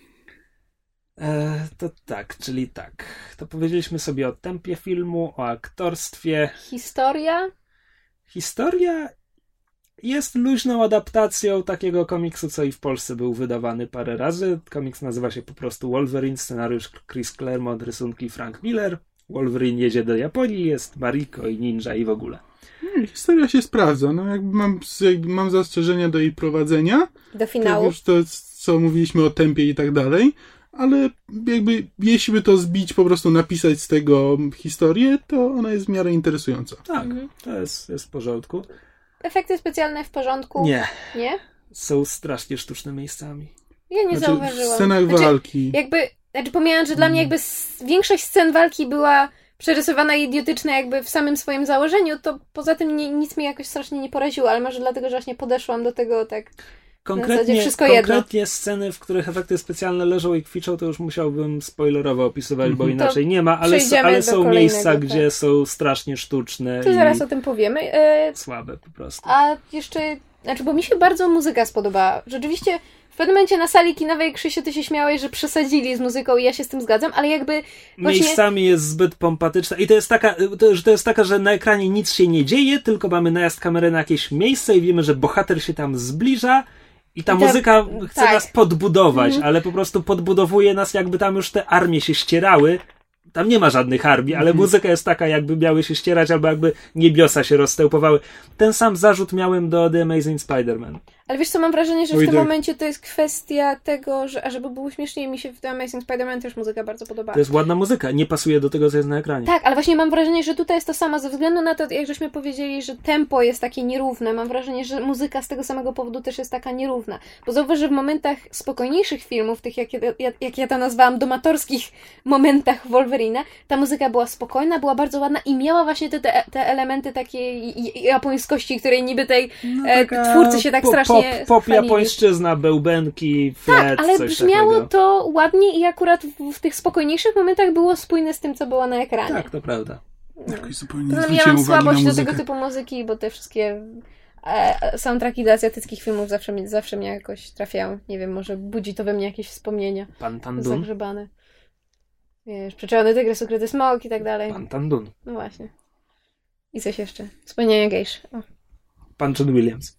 E, to tak, czyli tak. To powiedzieliśmy sobie o tempie filmu, o aktorstwie. Historia? Historia jest luźną adaptacją takiego komiksu, co i w Polsce był wydawany parę razy. Komiks nazywa się po prostu Wolverine, scenariusz Chris Claremont, rysunki Frank Miller. Wolverine jedzie do Japonii, jest Mariko i ninja i w ogóle. Hmm, historia się sprawdza. No jakby mam, jakby mam zastrzeżenia do jej prowadzenia. Do finału. Tak już to, co mówiliśmy o tempie i tak dalej. Ale jakby jeśli by to zbić, po prostu napisać z tego historię, to ona jest w miarę interesująca. Tak, mhm. to jest, jest w porządku. Efekty specjalne w porządku? Nie. Nie? Są strasznie sztuczne miejscami. Ja nie znaczy, zauważyłam. W scenach znaczy, walki. Jakby, znaczy pomijając, że dla mnie jakby większość scen walki była przerysowana i idiotyczna jakby w samym swoim założeniu, to poza tym nie, nic mnie jakoś strasznie nie poraziło, ale może dlatego, że właśnie podeszłam do tego tak Konkretnie, wszystko konkretnie jedno. Sceny, w których efekty specjalne leżą i kwiczą, to już musiałbym spoilerowo opisywać, mm-hmm. bo inaczej to nie ma, ale, ale są miejsca, tak. gdzie są strasznie sztuczne to i zaraz o tym powiemy. E... słabe po prostu. A jeszcze, znaczy, bo mi się bardzo muzyka spodobała. Rzeczywiście w pewnym momencie na sali kinowej, Krzysiu, ty się śmiałeś, że przesadzili z muzyką i ja się z tym zgadzam, ale jakby właśnie... Miejscami jest zbyt pompatyczna i to jest taka, to, że to jest taka, że na ekranie nic się nie dzieje, tylko mamy najazd kamery na jakieś miejsce i wiemy, że bohater się tam zbliża i ta I muzyka te... chce tak. nas podbudować, mm-hmm. ale po prostu podbudowuje nas, jakby tam już te armie się ścierały. Tam nie ma żadnych armii, ale mm-hmm. muzyka jest taka, jakby miały się ścierać, albo jakby niebiosa się rozstępowały. Ten sam zarzut miałem do The Amazing Spider-Man. Ale wiesz co, mam wrażenie, że Oj, w tym tak. momencie to jest kwestia tego, że a żeby było śmieszniej, mi się w The Amazing Spider-Man też muzyka bardzo podoba. To jest ładna muzyka, nie pasuje do tego, co jest na ekranie. Tak, ale właśnie mam wrażenie, że tutaj jest to samo, ze względu na to, jak żeśmy powiedzieli, że tempo jest takie nierówne, mam wrażenie, że muzyka z tego samego powodu też jest taka nierówna. Bo zauważ, że w momentach spokojniejszych filmów, tych jak, jak, jak ja to nazwałam, domatorskich momentach Wolverina, ta muzyka była spokojna, była bardzo ładna i miała właśnie te, te, te elementy takiej japońskości, której niby tej No, e, twórcy się tak Po- strasznie Pop, pop chwalili. japońszczyzna, bełbenki, flet, Tak, ale coś brzmiało takiego. to ładnie i akurat w, w tych spokojniejszych momentach było spójne z tym, co było na ekranie. Tak, to prawda. Jakoś zupełnie nie Poza tym ja zwróciłem mam uwagi na słabość do muzykę. tego typu muzyki, bo te wszystkie e, soundtracki do azjatyckich filmów zawsze, mnie- zawsze mnie jakoś trafiają. Nie wiem, może budzi to we mnie jakieś wspomnienia Pan Tandun. zagrzebane. Wiesz, Przeczarowany tygrys, ukryty smok i tak dalej. Pan Tandun. No właśnie. I coś jeszcze. Wspomnienie gejsz. O. Pan John Williams.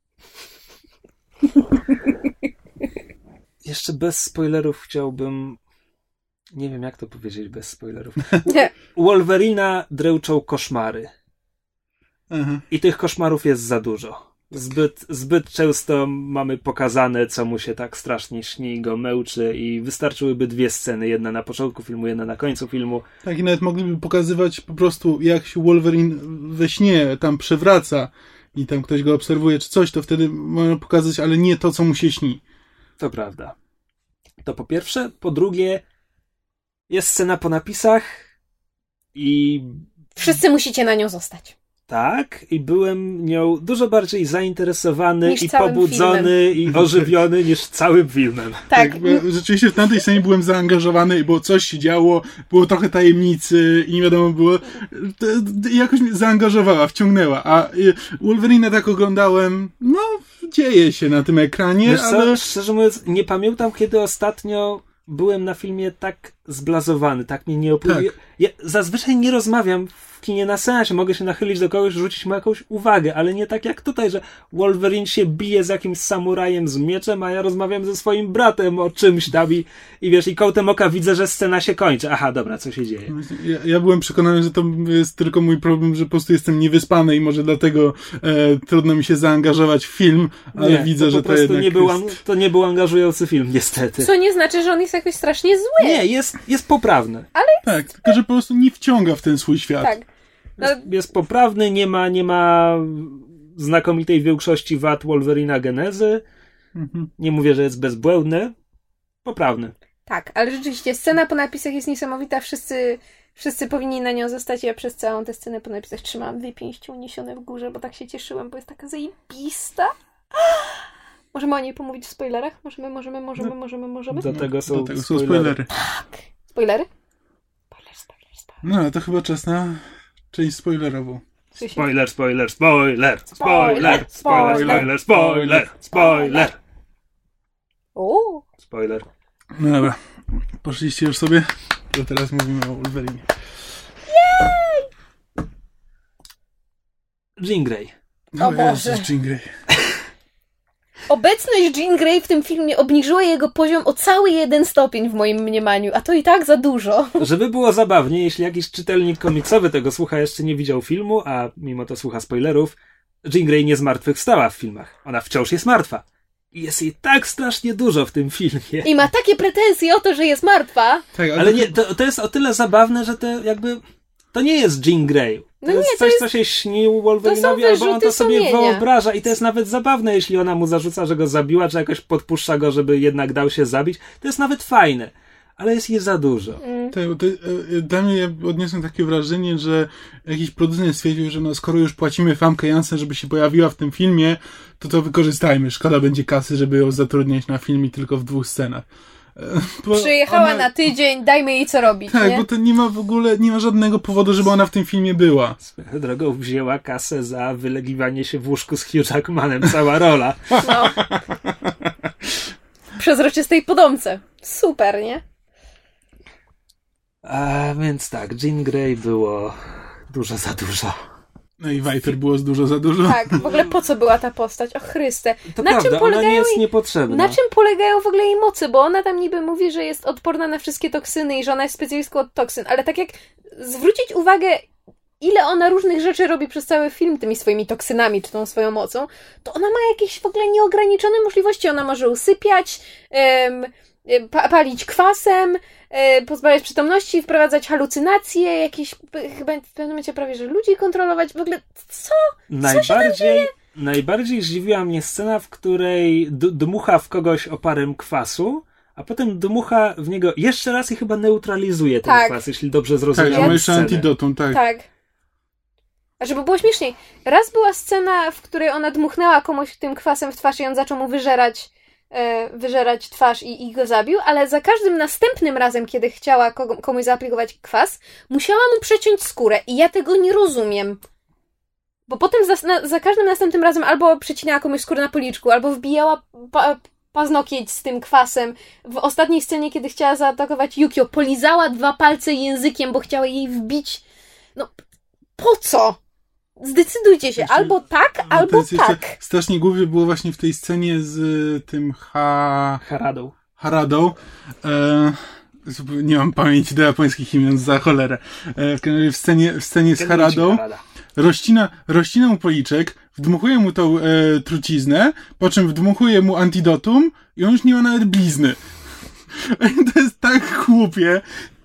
Jeszcze bez spoilerów chciałbym... Nie wiem, jak to powiedzieć bez spoilerów. Wolverina dręczą koszmary. Aha. I tych koszmarów jest za dużo. Zbyt, zbyt często mamy pokazane, co mu się tak strasznie śni, go męczy i wystarczyłyby dwie sceny. Jedna na początku filmu, jedna na końcu filmu. Tak, i nawet mogliby pokazywać po prostu, jak się Wolverine we śnie tam przewraca i tam ktoś go obserwuje, czy coś, to wtedy można pokazać, ale nie to, co mu się śni. To prawda. To po pierwsze. Po drugie, jest scena po napisach i Wszyscy musicie na nią zostać. tak, i byłem nią dużo bardziej zainteresowany Niż i całym pobudzony i ożywiony niż całym filmem. Tak. bo ja rzeczywiście w tamtej scenie byłem zaangażowany, bo coś się działo, było trochę tajemnicy i nie wiadomo było, to, to jakoś mnie zaangażowała, wciągnęła, a y, Wolverina tak oglądałem, no dzieje się na tym ekranie, Wiesz co, ale... szczerze mówiąc, nie pamiętam, kiedy ostatnio byłem na filmie tak zblazowany, tak mnie nie opływie. Tak. Ja zazwyczaj nie rozmawiam w kinie na seansie, mogę się nachylić do kogoś, rzucić mu jakąś uwagę, ale nie tak jak tutaj, że Wolverine się bije z jakimś samurajem z mieczem, a ja rozmawiam ze swoim bratem o czymś tam i, i wiesz, i kątem oka widzę, że scena się kończy. Aha, dobra, co się dzieje? Ja, ja byłem przekonany, że to jest tylko mój problem, że po prostu jestem niewyspany i może dlatego e, trudno mi się zaangażować w film, ale nie, widzę, to że po to prostu jednak nie był, jest... an- to nie był angażujący film, niestety. Co nie znaczy, że on jest jakoś strasznie zły. Nie, jest, jest poprawny. Tak, tylko że po prostu nie wciąga w ten swój świat. Tak. No, Jest, jest poprawny, nie ma, nie ma znakomitej większości wad Wolverina genezy. Mhm. Nie mówię, że jest bezbłędny. Poprawny. tak, ale rzeczywiście scena po napisach jest niesamowita. Wszyscy, wszyscy powinni na nią zostać. Ja przez całą tę scenę po napisach trzymałam dwie pięści uniesione w górze, bo tak się cieszyłam, bo jest taka zajebista. Możemy o niej pomówić w spoilerach? Możemy, możemy, możemy, No. możemy, możemy? Do tego są, Do tego są spoilery. spoilery. Spoilery? Spoiler, spoiler, spoiler. No, to chyba czas na część spoilerową. Spoiler, spoiler, spoiler, spoiler, Spoiler, spoiler, spoiler, spoiler, spoiler. O, Spoiler. No dobra, poszliście już sobie? To teraz mówimy o Wolverinie. Jean Grey. O Boże. Jezus, Jean Grey. Obecność Jean Grey w tym filmie obniżyła jego poziom o cały jeden stopień w moim mniemaniu, a to i tak za dużo. Żeby było zabawnie, jeśli jakiś czytelnik komiksowy tego słucha, jeszcze nie widział filmu, a mimo to słucha spoilerów, Jean Grey nie zmartwychwstała w filmach. Ona wciąż jest martwa. I jest jej tak strasznie dużo w tym filmie. I ma takie pretensje o to, że jest martwa. Tak, ale, Ale to- nie, to, to jest o tyle zabawne, że to jakby... To nie jest Jean Grey. To No jest nie, to coś, jest- co się śnił Wolverinowi, to są albo on to wyrzuty sobie sumienia. wyobraża. I to jest nawet zabawne, jeśli ona mu zarzuca, że go zabiła, czy jakoś podpuszcza go, żeby jednak dał się zabić. To jest nawet fajne. Ale jest jej za dużo. To, to, e, dla mnie ja odniosłem takie wrażenie, że jakiś producent stwierdził, że no skoro już płacimy Famke Janssen, żeby się pojawiła w tym filmie, to to wykorzystajmy. Szkoda będzie kasy, żeby ją zatrudniać na filmie tylko w dwóch scenach. E, bo Przyjechała ona- na tydzień, dajmy jej co robić, Tak, nie? bo to nie ma w ogóle, nie ma żadnego powodu, żeby ona w tym filmie była. Swoją drogą wzięła kasę za wylegiwanie się w łóżku z Hugh Jackmanem. Cała rola. No. Przezroczystej podomce. Super, nie? A więc tak, Jean Grey było dużo za dużo. No i Viper było z dużo za dużo. Tak, w ogóle po co była ta postać? O Chryste. To Na prawda, czym ona nie polegają jest jej- niepotrzebna. Na czym polegają w ogóle jej mocy? Bo ona tam niby mówi, że jest odporna na wszystkie toksyny i że ona jest specjalistką od toksyn, ale tak jak zwrócić uwagę, ile ona różnych rzeczy robi przez cały film tymi swoimi toksynami, czy tą swoją mocą, to ona ma jakieś w ogóle nieograniczone możliwości. Ona może usypiać, um, pa- palić kwasem, um, pozbawiać przytomności, wprowadzać halucynacje, jakieś, chyba w pewnym momencie prawie, że ludzi kontrolować. W ogóle co? Najbardziej, najbardziej zdziwiła mnie scena, w której d- dmucha w kogoś oparem kwasu, a potem dmucha w niego jeszcze raz i chyba neutralizuje ten Tak. kwas, jeśli dobrze zrozumiałem. Tak, a jeszcze scenę. antidotum, tak. Tak. A żeby było śmieszniej, raz była scena, w której ona dmuchnęła komuś tym kwasem w twarz i on zaczął mu wyżerać, e, wyżerać twarz i, i go zabił, ale za każdym następnym razem, kiedy chciała kogo, komuś zaaplikować kwas, musiała mu przeciąć skórę i ja tego nie rozumiem. Bo potem za, na, za każdym następnym razem albo przecinała komuś skórę na policzku, albo wbijała pa, paznokieć z tym kwasem. W ostatniej scenie, kiedy chciała zaatakować Yukio, polizała dwa palce językiem, bo chciała jej wbić. No, po co? Zdecydujcie się, Znaczy, albo tak, to albo jest jeszcze tak. strasznie głupie było właśnie w tej scenie z y, tym ha... Haradą. Haradą. E, nie mam pamięci do japońskich imion za cholerę. E, w każdym razie w scenie, w scenie z Haradą rozcina, rozcina mu policzek, wdmuchuje mu tą e, truciznę, po czym wdmuchuje mu antidotum i on już nie ma nawet blizny. To jest tak głupie.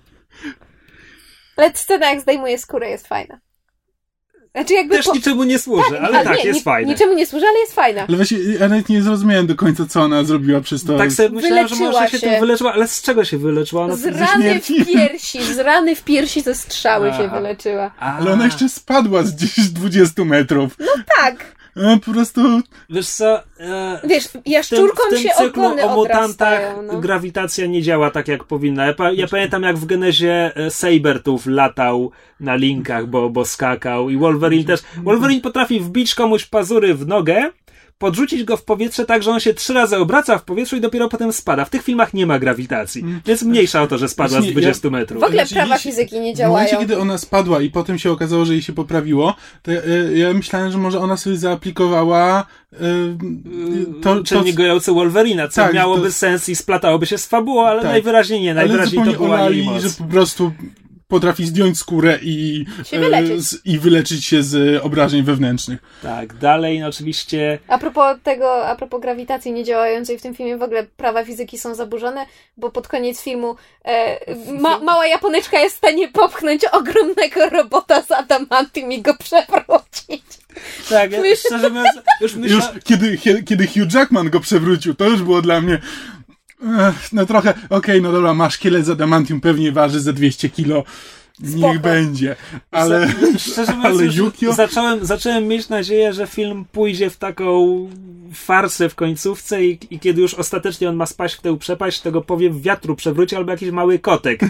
Ale scena, jak zdejmuje skórę, jest fajna. Znaczy jakby Też po... niczemu nie służy, tak, ale a, tak, nie, jest ni- fajne. Niczemu nie służy, ale jest fajna. Ale właśnie ja nawet nie zrozumiałem do końca, co ona zrobiła przez to. Tak sobie myślałem, że Wyleczyła może się, się. tym wyleczyła, ale z czego się wyleczyła? No, Z ze rany w śmierci? piersi, z rany w piersi ze strzały się Aha. wyleczyła. A, Ale ona jeszcze spadła z gdzieś dwudziestu metrów. Tak. No po prostu... Wiesz co, e, Wiesz, w tym, jaszczurkom w tym się cyklu ogony o mutantach odrastają. No. grawitacja nie działa tak, jak powinna. Ja, pa, ja pamiętam, jak w Genezie e, Sabertooth latał na linkach, bo, bo skakał i Wolverine też. Wolverine potrafi wbić komuś pazury w nogę, podrzucić go w powietrze tak, że on się trzy razy obraca w powietrzu i dopiero potem spada. W tych filmach nie ma grawitacji, więc mniejsza o to, że spadła Właśnie z dwudziestu metrów. W ogóle Znaczy, prawa jeśli- fizyki nie W momencie, działają. kiedy ona spadła i potem się okazało, że jej się poprawiło, to ja, ja myślałem, że może ona sobie zaaplikowała y, to, Czynnik to, gojący Wolverina, co Tak, miałoby to- sens i splatałoby się z fabułą, ale Tak. najwyraźniej nie. ale Najwyraźniej to zupełnie była jej olali, moc. że po prostu potrafi zdjąć skórę i, Się wyleczyć. z, i wyleczyć się z obrażeń wewnętrznych. Tak, dalej no oczywiście A propos tego, a propos grawitacji niedziałającej w tym filmie, w ogóle prawa fizyki są zaburzone, bo pod koniec filmu e, ma, mała Japoneczka jest w stanie popchnąć ogromnego robota z adamantium i go przewrócić. tak, ja, szczerze mówiąc, już myślę, Już kiedy, kiedy Hugh Jackman go przewrócił, to już było dla mnie ech, no trochę, okej, okay, no dobra, masz szkielet z adamantium, pewnie waży ze dwieście kilo. Niech Spoko. będzie. Ale, szczerze mówiąc, ale już Yukio... zacząłem, zacząłem mieć nadzieję, że film pójdzie w taką farsę w końcówce i, i kiedy już ostatecznie on ma spaść w tę przepaść, tego powiew wiatru przewróci albo jakiś mały kotek.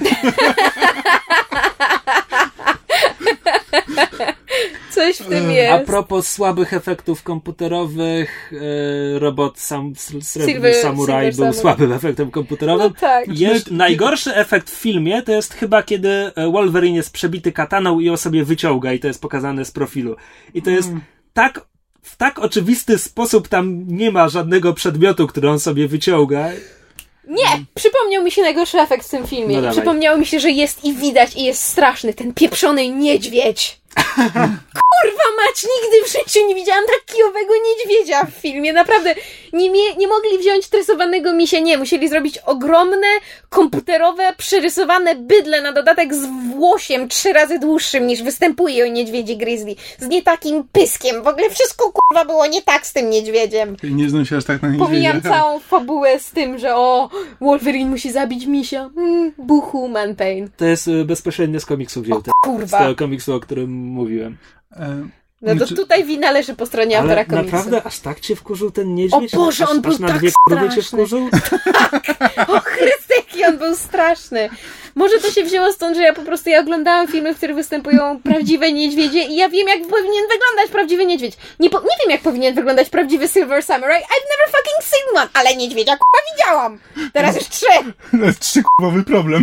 Coś w tym A jest. propos słabych efektów komputerowych, e, robot sam, Srebrny Silver- Samuraj Silver był Samurai. słabym efektem komputerowym. No tak. Jest, najgorszy efekt w filmie to jest chyba, kiedy Wolverine jest przebity kataną i ją sobie wyciąga i to jest pokazane z profilu. I to jest Mm. tak, w tak oczywisty sposób tam nie ma żadnego przedmiotu, który on sobie wyciąga. Nie! Przypomniał mi się najgorszy efekt w tym filmie. No dawaj. Przypomniało mi się, że jest i widać i jest straszny. Ten pieprzony niedźwiedź. Kurwa mać, nigdy w życiu nie widziałam tak kijowego niedźwiedzia w filmie. Naprawdę, nie, mie- nie mogli wziąć tresowanego misia, nie. Musieli zrobić ogromne, komputerowe, przerysowane bydle na dodatek z włosiem trzy razy dłuższym niż występuje o niedźwiedzie grizzly. Z nie takim pyskiem. W ogóle wszystko kurwa było nie tak z tym niedźwiedziem. Nie znam się aż tak na niedźwiedzia. Pomijam całą fabułę z tym, że o, Wolverine musi zabić misia. Mm, buchu, man pain. To jest y, bezpośrednio z komiksu wzięte. Z Kurwa. tego komiksu, o którym mówiłem. E, No to znaczy- tutaj wina leży po stronie autora Ale komiksu. naprawdę aż tak cię wkurzył ten niedźwiedź? O Boże, aż, on aż był na tak dwie kurwy cię straszny. wkurzył? O Chryste, jaki on był straszny. Może to się wzięło stąd, że ja po prostu ja oglądałam filmy, w których występują prawdziwe niedźwiedzie i ja wiem, jak powinien wyglądać prawdziwy niedźwiedź. Nie, po, nie wiem, jak powinien wyglądać prawdziwy Silver Samurai. I've never fucking seen one, ale niedźwiedzia k***a widziałam. Teraz już trzy. To jest trzykubowy problem.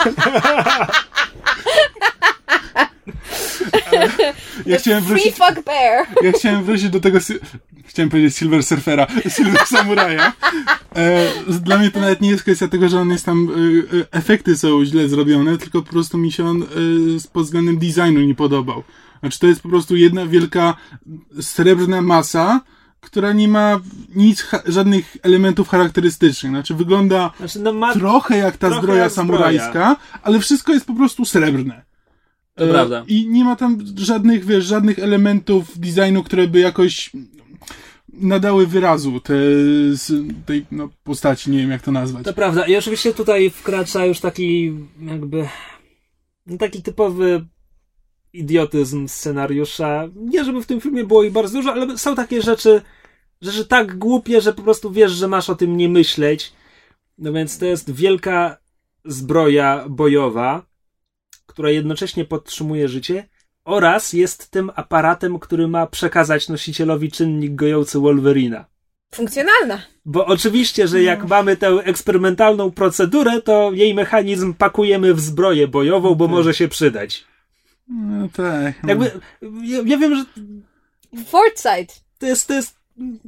Ja chciałem Free wrócić, fuck bear. ja chciałem wrócić do tego, si- chciałem powiedzieć Silver Surfera, Silver Samuraja. E, dla mnie to nawet nie jest kwestia tego, że on jest tam, e, e, efekty są źle zrobione, tylko po prostu mi się on e, pod względem designu nie podobał. Znaczy to jest po prostu jedna wielka srebrna masa, która nie ma nic, ha- żadnych elementów charakterystycznych. Znaczy wygląda Znaczy, no ma... trochę jak ta trochę zbroja jak samurajska, zbroja. ale wszystko jest po prostu srebrne. To E, prawda. I nie ma tam żadnych, wiesz, żadnych elementów designu, które by jakoś nadały wyrazu te, z tej no, postaci, nie wiem jak to nazwać. To prawda. I oczywiście tutaj wkracza już taki jakby no, taki typowy idiotyzm scenariusza. Nie, żeby w tym filmie było ich bardzo dużo, ale są takie rzeczy, rzeczy tak głupie, że po prostu wiesz, że masz o tym nie myśleć. No więc to jest wielka zbroja bojowa, która jednocześnie podtrzymuje życie oraz jest tym aparatem, który ma przekazać nosicielowi czynnik gojący Wolverina. Funkcjonalna. Bo oczywiście, że jak mamy tę eksperymentalną procedurę, to jej mechanizm pakujemy w zbroję bojową, bo może się przydać. No tak. No. Jakby, ja, ja wiem, że Foresight. to jest, to jest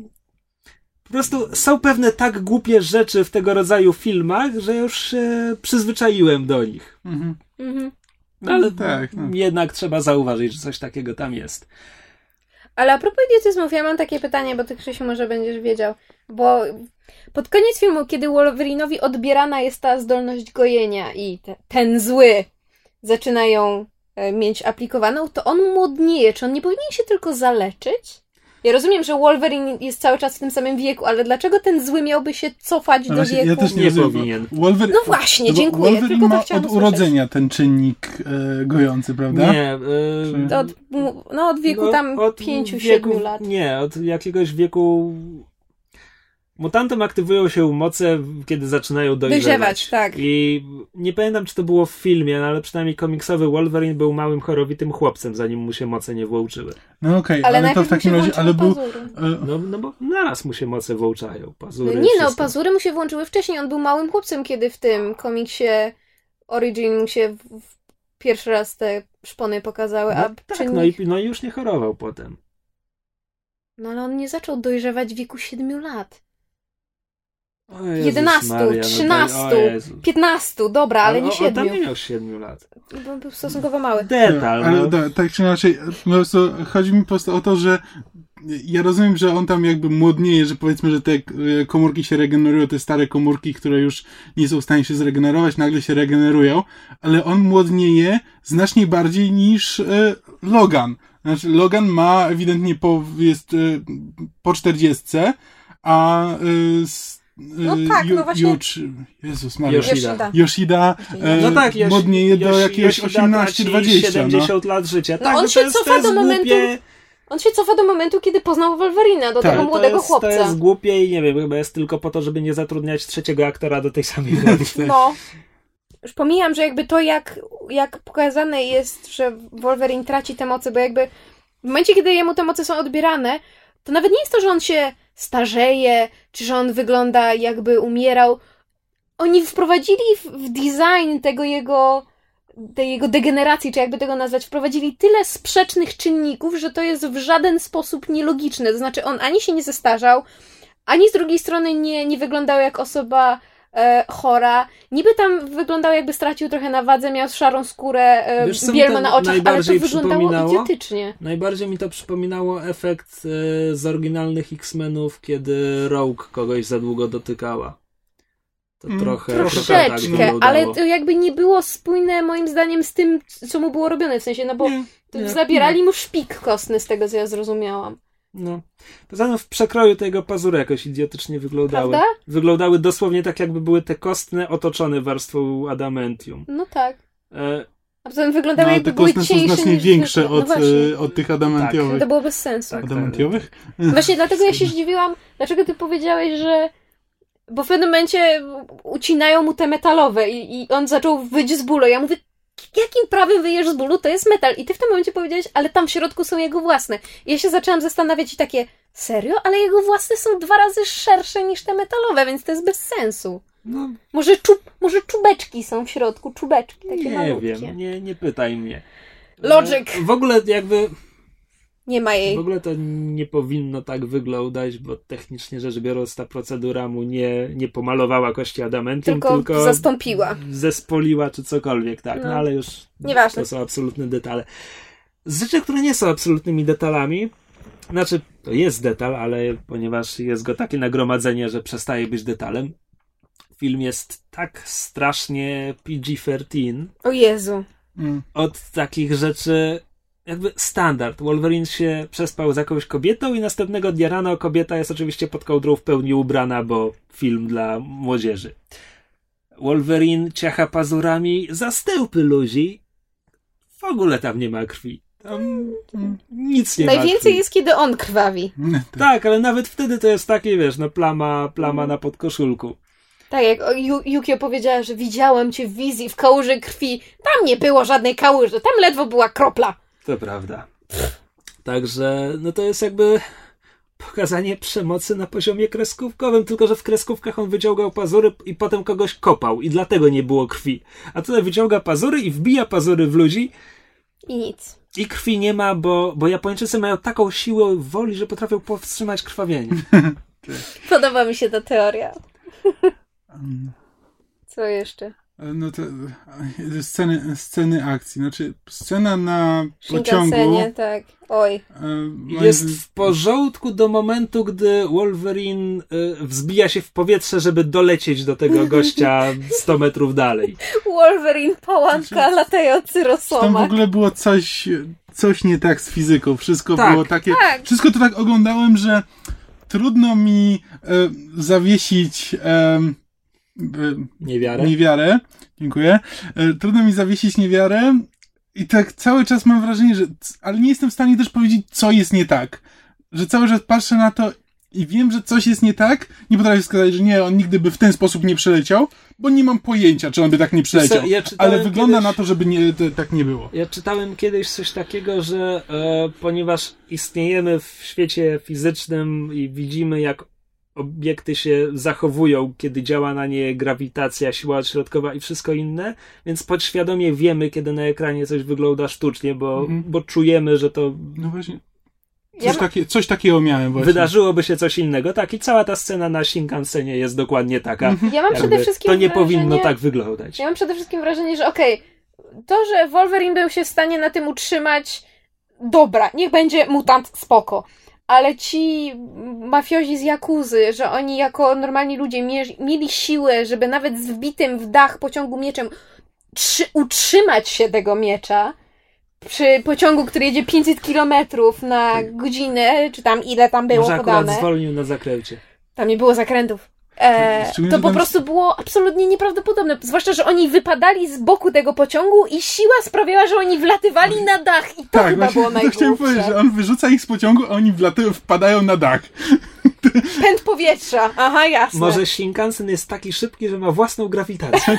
po prostu są pewne tak głupie rzeczy w tego rodzaju filmach, że już się przyzwyczaiłem do nich. Mhm. Mhm. No, ale tak, no. jednak trzeba zauważyć, że coś takiego tam jest. Ale a propos idiotyzmów, ja mam takie pytanie, bo ty, Krzysiu, może będziesz wiedział. Bo pod koniec filmu, kiedy Wolverinowi odbierana jest ta zdolność gojenia i te, ten zły zaczyna ją e, mieć aplikowaną, to on młodnieje. Czy on nie powinien się tylko zaleczyć? Ja rozumiem, że Wolverine jest cały czas w tym samym wieku, ale dlaczego ten zły miałby się cofać No do właśnie, wieku? ja też nie, Nie rozumiem. powinien. Wolver... No właśnie, no bo dziękuję. Wolverine Tylko to ma chciałam od usłyszeć. urodzenia ten czynnik e, gojący, prawda? Nie. Y... Od, no od wieku No, tam od pięciu, wieku- siedmiu lat. Nie, od jakiegoś wieku... Mutantem aktywują się moce, kiedy zaczynają dojrzewać. Dojrzewać, tak. I nie pamiętam, czy to było w filmie, no ale przynajmniej komiksowy Wolverine był małym, chorowitym chłopcem, zanim mu się moce nie włączyły. No okej, okay, Ale, ale, to najpierw w takim mu się razie, ale był... pazury. E, No, no bo naraz mu się moce włączają. Pazury, No nie no, wszystko. pazury mu się włączyły wcześniej. On był małym chłopcem, kiedy w tym komiksie Origin mu się w, w pierwszy raz te szpony pokazały. A No, tak, czynnik... no i, no i już nie chorował potem. No ale on nie zaczął dojrzewać w wieku siedmiu lat. O Jezus jedenastu, Maria, no trzynastu, to- o Jezu. piętnastu, dobra, ale nie on- On tam siedmiu. nie miał siedmiu lat. Bo był stosunkowo mały. Detal, ale no. da, tak czy inaczej, po prostu chodzi mi po prostu o to, że ja rozumiem, że on tam jakby młodnieje, że powiedzmy, że te e, komórki się regenerują, te stare komórki, które już nie są w stanie się zregenerować, nagle się regenerują, ale on młodnieje znacznie bardziej niż e, Logan. Znaczy Logan ma ewidentnie po, jest e, po czterdziestce, a e, s, e, No tak, no Ju- właśnie. Jucz- Jezus Maria. Yoshida. Yoshida e, No tak, Yoshi- młodnieje do Yoshi- jakiegoś Yoshida osiemnaście traci dwadzieścia. No. siedemdziesiąt lat życia. No tak, on to się jest, cofa to jest do momentu, głupie. On się cofa do momentu, kiedy poznał Wolverina, do Tak. tego To młodego jest, chłopca. To jest głupie i nie wiem, chyba jest tylko po to, żeby nie zatrudniać trzeciego aktora do tej samej roli. No. Już pomijam, że jakby to jak, jak pokazane jest, że Wolverine traci te moce, bo jakby w momencie, kiedy jemu te moce są odbierane, to nawet nie jest to, że on się starzeje, czy że on wygląda jakby umierał. Oni wprowadzili w, w design tego jego, tej jego degeneracji, czy jakby tego nazwać, wprowadzili tyle sprzecznych czynników, że to jest w żaden sposób nielogiczne. To znaczy on ani się nie zestarzał, ani z drugiej strony nie, nie wyglądał jak osoba e, chora. Niby tam wyglądał jakby stracił trochę na wadze, miał szarą skórę, e, Wiesz, co mi bielmo to na oczach, ale to najbardziej wyglądało przypominało? idiotycznie. Najbardziej mi to przypominało efekt e, z oryginalnych X-Menów, kiedy Rogue kogoś za długo dotykała. To Mm, trochę, trochę tak Troszeczkę, wyglądało. ale to jakby nie było spójne moim zdaniem z tym, co mu było robione, w sensie, no bo Nie, nie, zabierali mu szpik kostny, z tego co ja zrozumiałam. No. Poza tym w przekroju te jego pazury jakoś idiotycznie wyglądały. Prawda? Wyglądały dosłownie tak, jakby były te kostne otoczone warstwą adamantium. No tak. E, A poza tym wyglądały No, jakby te były kostne są cieńsze znacznie niż większe zwykle. od, No właśnie. e, od tych adamantiowych. To było bez sensu. Tak. Adamantiowych? Właśnie dlatego ja się zdziwiłam, dlaczego ty powiedziałeś, że bo w pewnym momencie ucinają mu te metalowe i, i on zaczął wyć z bólu. Ja mówię, jakim prawem wyjesz z bólu? To jest metal. I ty w tym momencie powiedziałeś, ale tam w środku są jego własne. I ja się zaczęłam zastanawiać i takie, serio? Ale jego własne są dwa razy szersze niż te metalowe, więc to jest bez sensu. no, Może, czub, może czubeczki są w środku, czubeczki takie nie malutkie. wiem, nie, nie pytaj mnie. Logic. E, w ogóle jakby... Nie ma jej. W ogóle to nie powinno tak wyglądać, bo technicznie rzecz biorąc ta procedura mu nie, nie pomalowała kości adamantium, Tylko, tylko zastąpiła. zespoliła czy cokolwiek, tak, no, No. ale już Nieważne. to są absolutne detale. z rzeczy, które nie są absolutnymi detalami, znaczy to jest detal, ale ponieważ jest go takie nagromadzenie, że przestaje być detalem, film jest tak strasznie P G trzynaście. O Jezu. Mm. Od takich rzeczy jakby standard. Wolverine się przespał z jakąś kobietą i następnego dnia rano kobieta jest oczywiście pod kołdrą w pełni ubrana, bo film dla młodzieży. Wolverine ciacha pazurami za stępy ludzi. W ogóle tam nie ma krwi. Tam nic nie ma Najwięcej krwi. jest, kiedy on krwawi. Tak, ale nawet wtedy to jest takie, wiesz, no plama, plama na podkoszulku. Tak, jak Yu- Yukio powiedziała, że widziałam cię w wizji w kałuży krwi. Tam nie było żadnej kałuży, tam ledwo była kropla. To prawda. Także, no to jest jakby pokazanie przemocy na poziomie kreskówkowym, tylko że w kreskówkach on wyciągał pazury i potem kogoś kopał i dlatego nie było krwi. A tutaj wyciąga pazury i wbija pazury w ludzi I nic. i krwi nie ma, bo, bo Japończycy mają taką siłę woli, że potrafią powstrzymać krwawienie. Podoba mi się ta teoria. Co jeszcze? No to e, sceny, sceny akcji. Znaczy, scena na pociągu Shinkansenie, tak. Oj. e, Jest w porządku do momentu, gdy Wolverine y, wzbija się w powietrze, żeby dolecieć do tego gościa sto metrów dalej. Wolverine, pałanka, latający Tam w rosomak. ogóle było coś, coś nie tak z fizyką. Wszystko Tak, było takie... tak. Wszystko to tak oglądałem, że trudno mi e, zawiesić e, e, Niewiarę? niewiarę. Dziękuję. E, trudno mi zawiesić niewiarę i tak cały czas mam wrażenie, że... Ale nie jestem w stanie też powiedzieć, co jest nie tak. Że cały czas patrzę na to i wiem, że coś jest nie tak. Nie potrafię сказать, że nie, on nigdy by w ten sposób nie przeleciał, bo nie mam pojęcia, czy on by tak nie przeleciał. Co, ja czytałem Ale wygląda kiedyś- na to, żeby nie, to, tak nie było. Ja czytałem kiedyś coś takiego, że e, ponieważ istniejemy w świecie fizycznym i widzimy, jak obiekty się zachowują, kiedy działa na nie grawitacja, siła odśrodkowa i wszystko inne, więc podświadomie wiemy, kiedy na ekranie coś wygląda sztucznie, bo, Mhm. bo czujemy, że to No właśnie. Coś, Ja ma- takie, coś takiego miałem właśnie. wydarzyłoby się coś innego. Tak, i cała ta scena na Shinkansenie jest dokładnie taka. Ja mam Jakby przede wszystkim to nie wrażenie... powinno tak wyglądać. Ja mam przede wszystkim wrażenie, że okej, to, że Wolverine był się w stanie na tym utrzymać, dobra, niech będzie mutant, spoko. Ale ci mafiozi z Jakuzy, że oni jako normalni ludzie mie- mieli siłę, żeby nawet z wbitym w dach pociągu mieczem trzy- utrzymać się tego miecza przy pociągu, który jedzie pięćset kilometrów na godzinę, czy tam ile tam było Może akurat podane. zwolnił na zakręcie. Tam nie było zakrętów. E, Szczególnie, to że po tam- prostu było absolutnie nieprawdopodobne. Zwłaszcza, że oni wypadali z boku tego pociągu i siła sprawiała, że oni wlatywali na dach. I to Tak, chyba było właśnie to chciałem powiedzieć, że najgłupsze. on wyrzuca ich z pociągu, a oni wlatują, wpadają na dach. Pęd powietrza. Aha, jasne. Może Shinkansen jest taki szybki, że ma własną grawitację.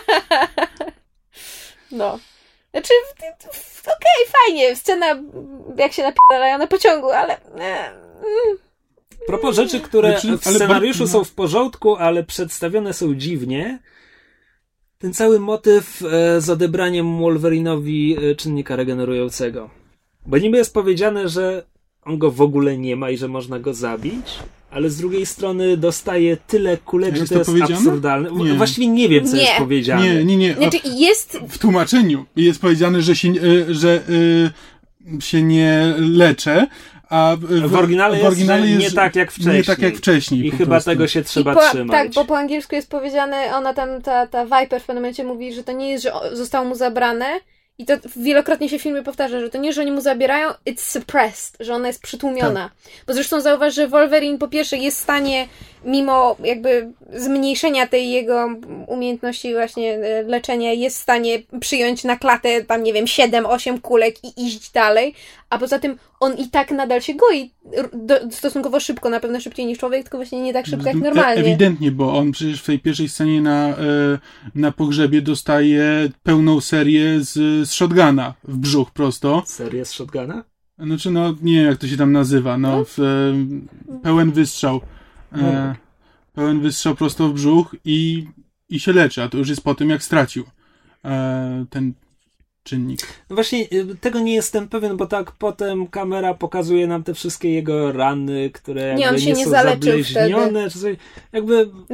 No. Znaczy, w- w- okej, fajnie. Scena, jak się napierdalają na pociągu, ale... e, mm. A propos rzeczy, które Znaczy, w ale scenariuszu bar- są w porządku, ale przedstawione są dziwnie, ten cały motyw e, z odebraniem Wolverinowi e, czynnika regenerującego. Bo niby jest powiedziane, że on go w ogóle nie ma i że można go zabić, ale z drugiej strony dostaje tyle kulek, Jest że to to jest powiedziane? absurdalne. W- Nie. Właściwie nie wiem, co Nie. jest powiedziane. Nie, nie, nie. Znaczy, jest... W tłumaczeniu jest powiedziane, że się, y, że y, się nie leczę, a w, W oryginale, w oryginale jest, że jest nie tak jak wcześniej. Nie tak jak wcześniej. I po chyba prostu. tego się trzeba I po, trzymać. tak, bo po angielsku jest powiedziane, ona tam, ta, ta Viper w pewnym momencie mówi, że to nie jest, że o- zostało mu zabrane. I to wielokrotnie się w filmie powtarza, że to nie, że oni mu zabierają, it's suppressed, że ona jest przytłumiona. Bo zresztą zauważ, że Wolverine po pierwsze jest w stanie, mimo jakby zmniejszenia tej jego umiejętności właśnie e, leczenia, jest w stanie przyjąć na klatę tam, nie wiem, siedem osiem kulek i iść dalej, a poza tym on i tak nadal się goi r- do, stosunkowo szybko, na pewno szybciej niż człowiek, tylko właśnie nie tak szybko jak E- normalnie. Ewidentnie, bo on przecież w tej pierwszej scenie na, e, na pogrzebie dostaje pełną serię z, z shotguna w brzuch prosto. Serię z shotguna? Znaczy, no, nie wiem jak to się tam nazywa, no, w, e, pełen wystrzał. E, pełen wystrzał prosto w brzuch i, i się leczy, a to już jest po tym, jak stracił e, ten czynnik. No właśnie, y, tego nie jestem pewien, bo tak potem kamera pokazuje nam te wszystkie jego rany, które jakby Nie, on się nie nie są zaleczył zableźnione, czy coś. Jakby Znaczy,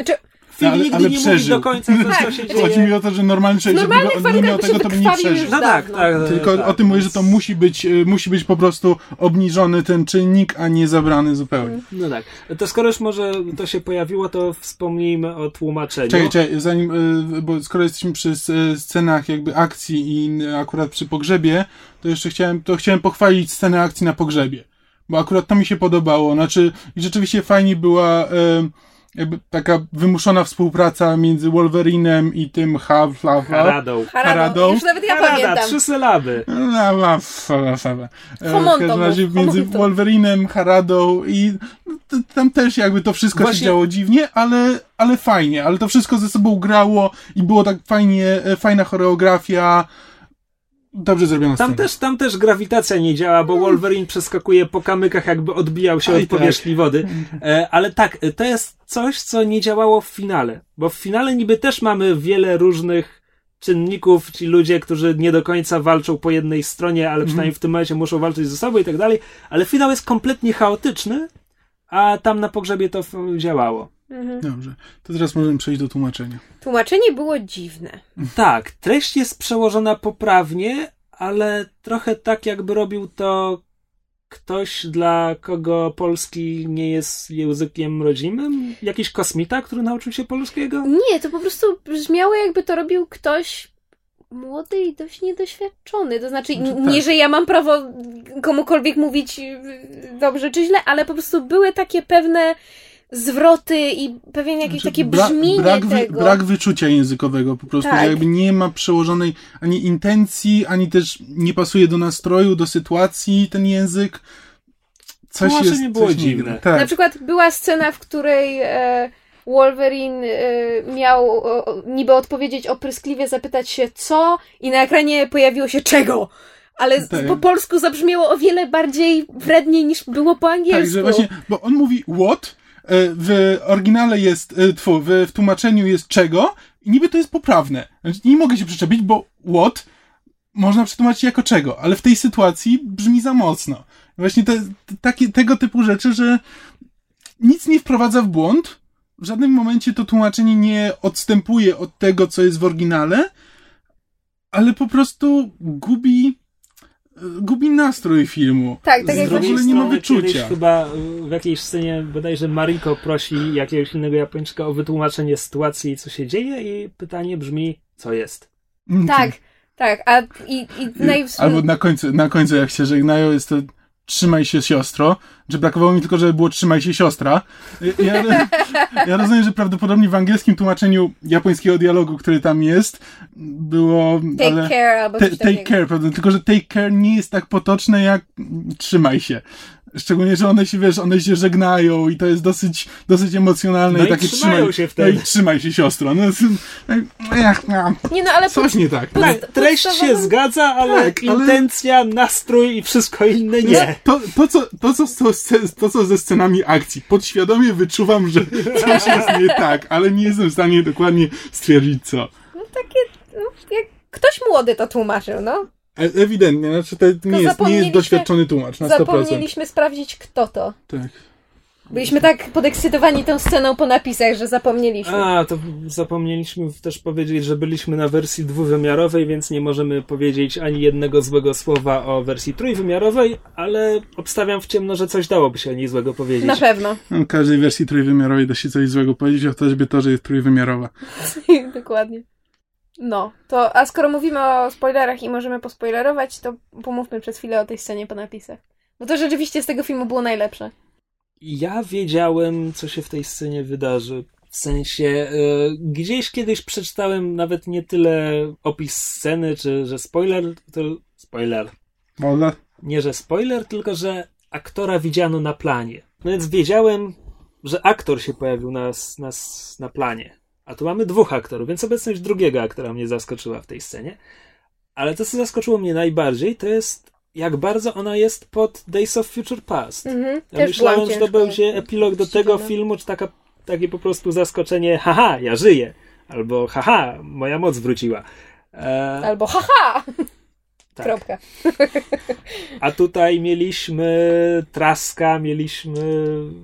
film ale, nigdy ale nie przeżył. mówi do końca, co, co się dzieje. Chodzi mi o to, że normalny człowiek, żeby go, nie miał tego, to by nie przeżył. No tak, tak. Tylko tak, o tym mówię, że więc... to musi być, musi być po prostu obniżony ten czynnik, a nie zabrany zupełnie. No tak. To skoro już może to się pojawiło, to wspomnijmy o tłumaczeniu. Czekaj, czekaj, zanim, bo skoro jesteśmy przy scenach jakby akcji i akurat przy pogrzebie, to jeszcze chciałem, to chciałem pochwalić scenę akcji na pogrzebie. Bo akurat to mi się podobało. Znaczy, i rzeczywiście fajnie była e, jakby taka wymuszona współpraca między Wolverinem i tym Half-Life. Haradą. Haradą. Już nawet ja Harada, pamiętam. trzy sylaby. No, no, fa, fa, fa. E, Homonto W każdym razie mów, między homonto. Wolverinem, Haradą i t- tam też jakby to wszystko Właśnie- się działo dziwnie, ale, ale fajnie. Ale to wszystko ze sobą grało i było tak fajnie, e, fajna choreografia. Dobrze zrobiona Tam scena. też, tam też grawitacja nie działa, bo Wolverine przeskakuje po kamykach, jakby odbijał się Aj, od tak. powierzchni wody. E, ale tak, to jest coś, co nie działało w finale. Bo w finale niby też mamy wiele różnych czynników, ci ludzie, którzy nie do końca walczą po jednej stronie, ale przynajmniej w tym momencie muszą walczyć ze sobą i tak dalej. Ale finał jest kompletnie chaotyczny, a tam na pogrzebie to f- działało. Mhm. Dobrze. To teraz możemy przejść do tłumaczenia. Tłumaczenie było dziwne. Tak, treść jest przełożona poprawnie, ale trochę tak, jakby robił to ktoś, dla kogo polski nie jest językiem rodzimym? Jakiś kosmita, który nauczył się polskiego? Nie, to po prostu brzmiało, jakby to robił ktoś młody i dość niedoświadczony. To znaczy, Znaczy, n- nie, tak. że ja mam prawo komukolwiek mówić y, dobrze czy źle, ale po prostu były takie pewne zwroty i pewien jakieś Znaczy, takie bra- brzmienie brak, wy- tego. brak wyczucia językowego po prostu, Tak. że jakby nie ma przełożonej ani intencji, ani też nie pasuje do nastroju, do sytuacji ten język. Coś Tłumaczenie jest, było coś nie dziwne. gra. Tak. Na przykład była scena, w której e, Wolverine e, miał o, niby odpowiedzieć opryskliwie, zapytać się co i na ekranie pojawiło się czego. Ale z- Tak. po polsku zabrzmiało o wiele bardziej wredniej niż było po angielsku. Tak, że właśnie, bo on mówi what, e, w oryginale jest, e, tfu, w, w tłumaczeniu jest czego i niby to jest poprawne. Znaczy, nie mogę się przyczepić, bo what można przetłumaczyć jako czego, ale w tej sytuacji brzmi za mocno. Właśnie te, te, takie, tego typu rzeczy, że nic nie wprowadza w błąd, w żadnym momencie to tłumaczenie nie odstępuje od tego, co jest w oryginale, ale po prostu gubi, gubi nastrój filmu. Tak, tak Z jak w ogóle drugiej nie ma strony wyczucia. kiedyś chyba w jakiejś scenie bodajże Mariko prosi jakiegoś innego Japończyka o wytłumaczenie sytuacji, co się dzieje i pytanie brzmi, co jest? Mm, Tak, tak. A i, i naj... Albo na końcu, na końcu jak się żegnają, jest to trzymaj się siostro, że brakowało mi tylko, żeby było trzymaj się siostra. Ja, ja rozumiem, że prawdopodobnie w angielskim tłumaczeniu japońskiego dialogu, który tam jest, było... Take ale care albo te, coś take takiego. care, prawda? Tylko, że take care nie jest tak potoczne jak trzymaj się. Szczególnie, że one się, wiesz, one się żegnają i to jest dosyć, dosyć emocjonalne No i i takie trzymają trzymaj się No wtedy. i trzymaj się siostro. No, ech, no, Nie no, ale coś nie tak. Tak, treść się podstawowym- zgadza, ale Tak, ale- intencja, nastrój i wszystko inne nie. To, to, co, to, co, to, to, co ze scenami akcji. Podświadomie wyczuwam, że coś jest nie tak, ale nie jestem w stanie dokładnie stwierdzić co. No takie, no, jak ktoś młody to tłumaczył, no. E- Ewidentnie, znaczy to nie jest, nie jest zapomnieliśmy- doświadczony tłumacz na sto procent. Zapomnieliśmy sprawdzić, kto to. Tak. Byliśmy tak podekscytowani tą sceną po napisach, że zapomnieliśmy. A, to zapomnieliśmy też powiedzieć, że byliśmy na wersji dwuwymiarowej, więc nie możemy powiedzieć ani jednego złego słowa o wersji trójwymiarowej, ale obstawiam w ciemno, że coś dałoby się o niej złego powiedzieć. Na pewno. W każdej wersji trójwymiarowej da się coś złego powiedzieć, a choćby to, że jest trójwymiarowa. Dokładnie. No, to a skoro mówimy o spoilerach i możemy pospoilerować, to pomówmy przez chwilę o tej scenie po napisach. Bo to rzeczywiście z tego filmu było najlepsze. Ja wiedziałem, co się w tej scenie wydarzy. W sensie, e, gdzieś kiedyś przeczytałem nawet nie tyle opis sceny, czy że spoiler, to spoiler. Można? Nie, że spoiler, tylko że aktora widziano na planie. No więc wiedziałem, że aktor się pojawił na, na, na planie. A tu mamy dwóch aktorów, więc obecność drugiego aktora mnie zaskoczyła w tej scenie. Ale to, co zaskoczyło mnie najbardziej, to jest, jak bardzo ona jest pod Days of Future Past. Mhm, Ja też myślałem, byłam że to ciężko będzie epilog do tego zdziwiona. filmu, czy taka, takie po prostu zaskoczenie, haha, ja żyję. Albo haha, moja moc wróciła. E, Albo haha! tak. Kropka. A tutaj mieliśmy Traska, mieliśmy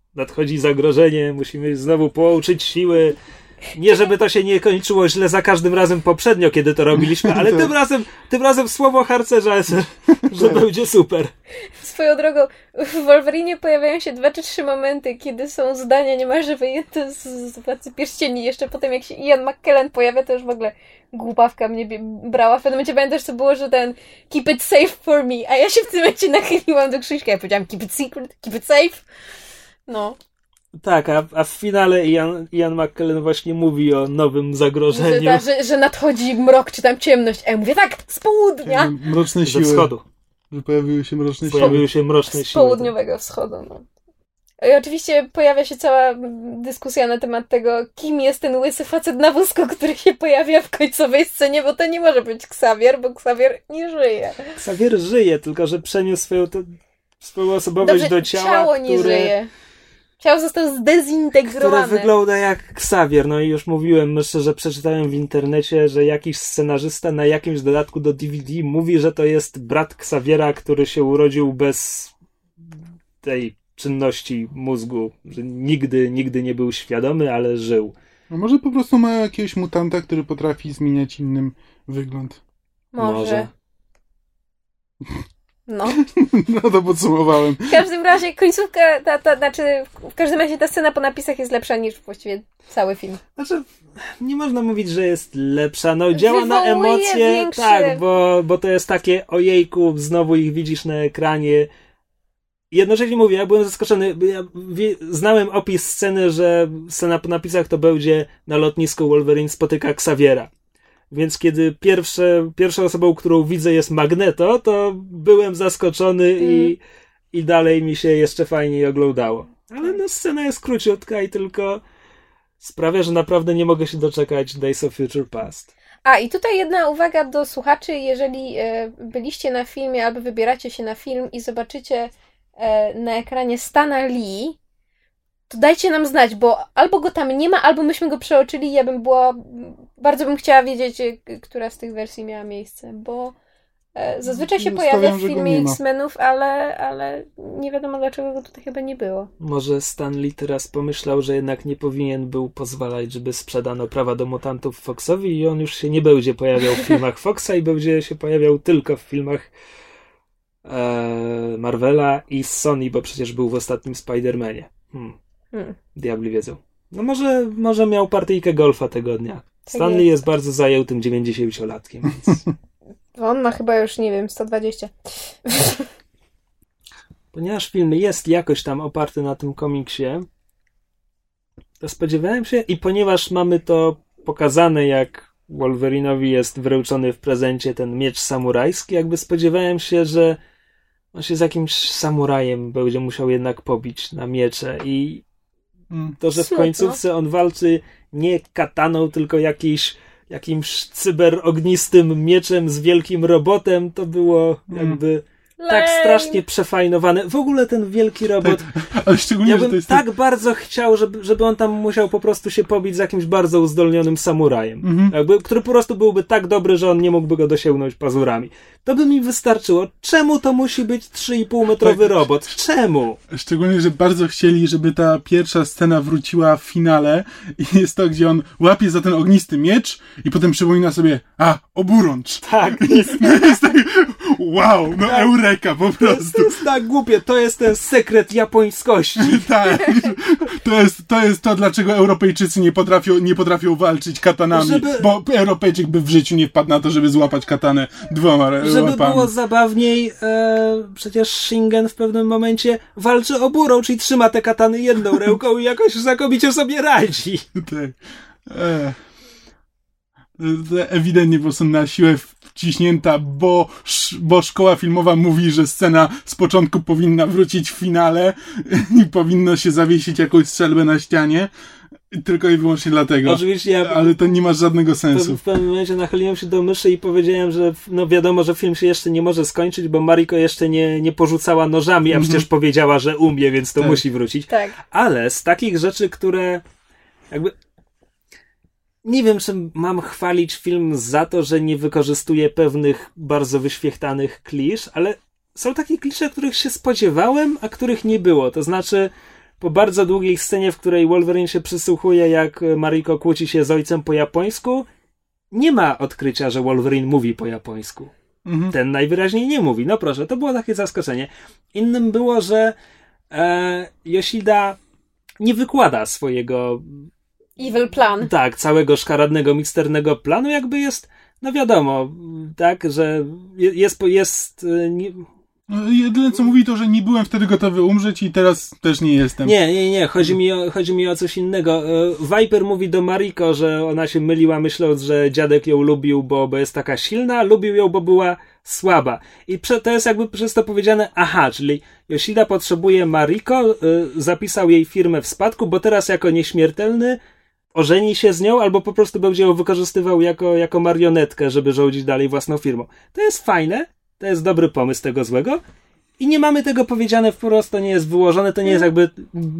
nadchodzi zagrożenie, musimy znowu połączyć siły. Nie, żeby to się nie kończyło źle za każdym razem poprzednio, kiedy to robiliśmy, ale tym razem, tym razem słowo harcerza, że, że będzie super. Swoją drogą, w Wolverinie pojawiają się dwa czy trzy momenty, kiedy są zdania niemalże wyjęte z, z Władcy Pierścieni. Jeszcze potem, jak się Ian McKellen pojawia, to już w ogóle głupawka mnie brała. W pewnym momencie pamiętasz, co było, że ten keep it safe for me, a ja się w tym momencie nachyliłam do Krzyśka i powiedziałam keep it secret, keep it safe. No. Tak, a, a w finale Ian, Ian McKellen właśnie mówi o nowym zagrożeniu. Że, ta, że, że nadchodzi mrok, czy tam ciemność. A ja mówię, tak, z południa. Mroczne siły. Ze wschodu. Że pojawiły się mroczne siły. Pojawiły się mroczne z siły. południowego tak. wschodu, no. I oczywiście pojawia się cała dyskusja na temat tego, kim jest ten łysy facet na wózku, który się pojawia w końcowej scenie, bo to nie może być Xavier, bo Xavier nie żyje. Xavier żyje, tylko że przeniósł swoją, to, swoją osobowość Dobrze, do ciała, ciało które... nie żyje. Ciało zostało zdezintegrowane. Które wygląda jak Xavier. No i już mówiłem, myślę, że przeczytałem w internecie, że jakiś scenarzysta na jakimś dodatku do D V D mówi, że to jest brat Xaviera, który się urodził bez tej czynności mózgu, że nigdy, nigdy nie był świadomy, ale żył. A może po prostu ma jakiegoś mutanta, który potrafi zmieniać innym wygląd. Może. Może. No. No to podsumowałem. W każdym razie końcówka, ta, ta, znaczy w każdym razie ta scena po napisach jest lepsza niż właściwie cały film. Znaczy, nie można mówić, że jest lepsza. No działa na Wywołuje emocje, większe... tak, bo, bo to jest takie ojejku, znowu ich widzisz na ekranie. Jednocześnie mówię, ja byłem zaskoczony, ja wie, znałem opis sceny, że scena po napisach to będzie na lotnisku Wolverine spotyka Xaviera. Więc kiedy pierwsze, pierwszą osobą, którą widzę jest Magneto, to byłem zaskoczony mm. i, i dalej mi się jeszcze fajniej oglądało. Ale no scena jest króciutka i tylko sprawia, że naprawdę nie mogę się doczekać Days of Future Past. A i tutaj jedna uwaga do słuchaczy, jeżeli e, byliście na filmie albo wybieracie się na film i zobaczycie e, na ekranie Stana Lee, to dajcie nam znać, bo albo go tam nie ma, albo myśmy go przeoczyli. Ja bym była, bardzo bym chciała wiedzieć, która z tych wersji miała miejsce, bo e, zazwyczaj się Stawiam, pojawia w że go filmie nie ma. X-Menów, ale, ale nie wiadomo dlaczego go tutaj chyba nie było. Może Stan Lee teraz pomyślał, że jednak nie powinien był pozwalać, żeby sprzedano prawa do mutantów Foxowi i on już się nie będzie pojawiał w filmach Foxa i będzie się pojawiał tylko w filmach e, Marvela i Sony, bo przecież był w ostatnim Spider-Manie. Hmm. Hmm. Diabli wiedzą. No może, może miał partyjkę golfa tego dnia. Tak Stanley jest. jest bardzo zajętym dziewięćdziesięciolatkiem. Więc... On ma chyba już, nie wiem, sto dwadzieścia. Ponieważ film jest jakoś tam oparty na tym komiksie, to spodziewałem się i ponieważ mamy to pokazane, jak Wolverinowi jest wręczony w prezencie ten miecz samurajski, jakby spodziewałem się, że on się z jakimś samurajem będzie musiał jednak pobić na miecze i to, że w końcówce on walczy nie kataną, tylko jakiś, jakimś cyberognistym mieczem z wielkim robotem, to było jakby mm. tak strasznie przefajnowane. W ogóle ten wielki robot, tak, ale szczególnie, ja bym że to jest tak bardzo chciał, żeby, żeby on tam musiał po prostu się pobić z jakimś bardzo uzdolnionym samurajem, mm-hmm. jakby, który po prostu byłby tak dobry, że on nie mógłby go dosięgnąć pazurami. To by mi wystarczyło. Czemu to musi być trzy i pół metrowy tak. robot? Czemu? Szczególnie, że bardzo chcieli, żeby ta pierwsza scena wróciła w finale i jest to, gdzie on łapie za ten ognisty miecz i potem przypomina sobie, a, oburącz. Tak. Jest, jest tak, wow, no tak. Eureka po prostu. To jest, to jest tak głupie, to jest ten sekret japońskości. Tak. To jest, to jest to, dlaczego Europejczycy nie potrafią, nie potrafią walczyć katanami, żeby... bo Europejczyk by w życiu nie wpadł na to, żeby złapać katanę dwoma Żeby łapami. było zabawniej, e, przecież Shingen w pewnym momencie walczy oburą, czyli trzyma te katany jedną ręką i jakoś znakomicie sobie radzi. Tak. E. To ewidentnie po prostu na siłę wciśnięta, bo, bo szkoła filmowa mówi, że scena z początku powinna wrócić w finale i powinno się zawiesić jakąś strzelbę na ścianie. Tylko i wyłącznie dlatego. Oczywiście ja, ale to nie ma żadnego sensu. W pewnym momencie nachyliłem się do myszy i powiedziałem, że no wiadomo, że film się jeszcze nie może skończyć, bo Mariko jeszcze nie, nie porzucała nożami, a mm-hmm. przecież powiedziała, że umie, więc to tak. musi wrócić. Tak. Ale z takich rzeczy, które jakby nie wiem, czy mam chwalić film za to, że nie wykorzystuje pewnych bardzo wyświechtanych klisz, ale są takie klisze, których się spodziewałem, a których nie było. To znaczy po bardzo długiej scenie, w której Wolverine się przysłuchuje, jak Mariko kłóci się z ojcem po japońsku, nie ma odkrycia, że Wolverine mówi po japońsku. Mhm. Ten najwyraźniej nie mówi. No proszę, to było takie zaskoczenie. Innym było, że e, Yoshida nie wykłada swojego evil plan. Tak, całego szkaradnego, misternego planu, jakby jest, no wiadomo, tak, że jest, jest nie... No, jedyne co mówi to, że nie byłem wtedy gotowy umrzeć i teraz też nie jestem. Nie, nie, nie, chodzi mi o, chodzi mi o coś innego. Viper mówi do Mariko, że ona się myliła, myśląc, że dziadek ją lubił, bo, bo jest taka silna, lubił ją, bo była słaba. I prze, to jest jakby przez to powiedziane, aha, czyli Yoshida potrzebuje Mariko, y, zapisał jej firmę w spadku, bo teraz jako nieśmiertelny ożeni się z nią, albo po prostu będzie ją wykorzystywał jako, jako marionetkę, żeby rządzić dalej własną firmą. To jest fajne, to jest dobry pomysł tego złego i nie mamy tego powiedziane wprost, to nie jest wyłożone, to nie jest jakby...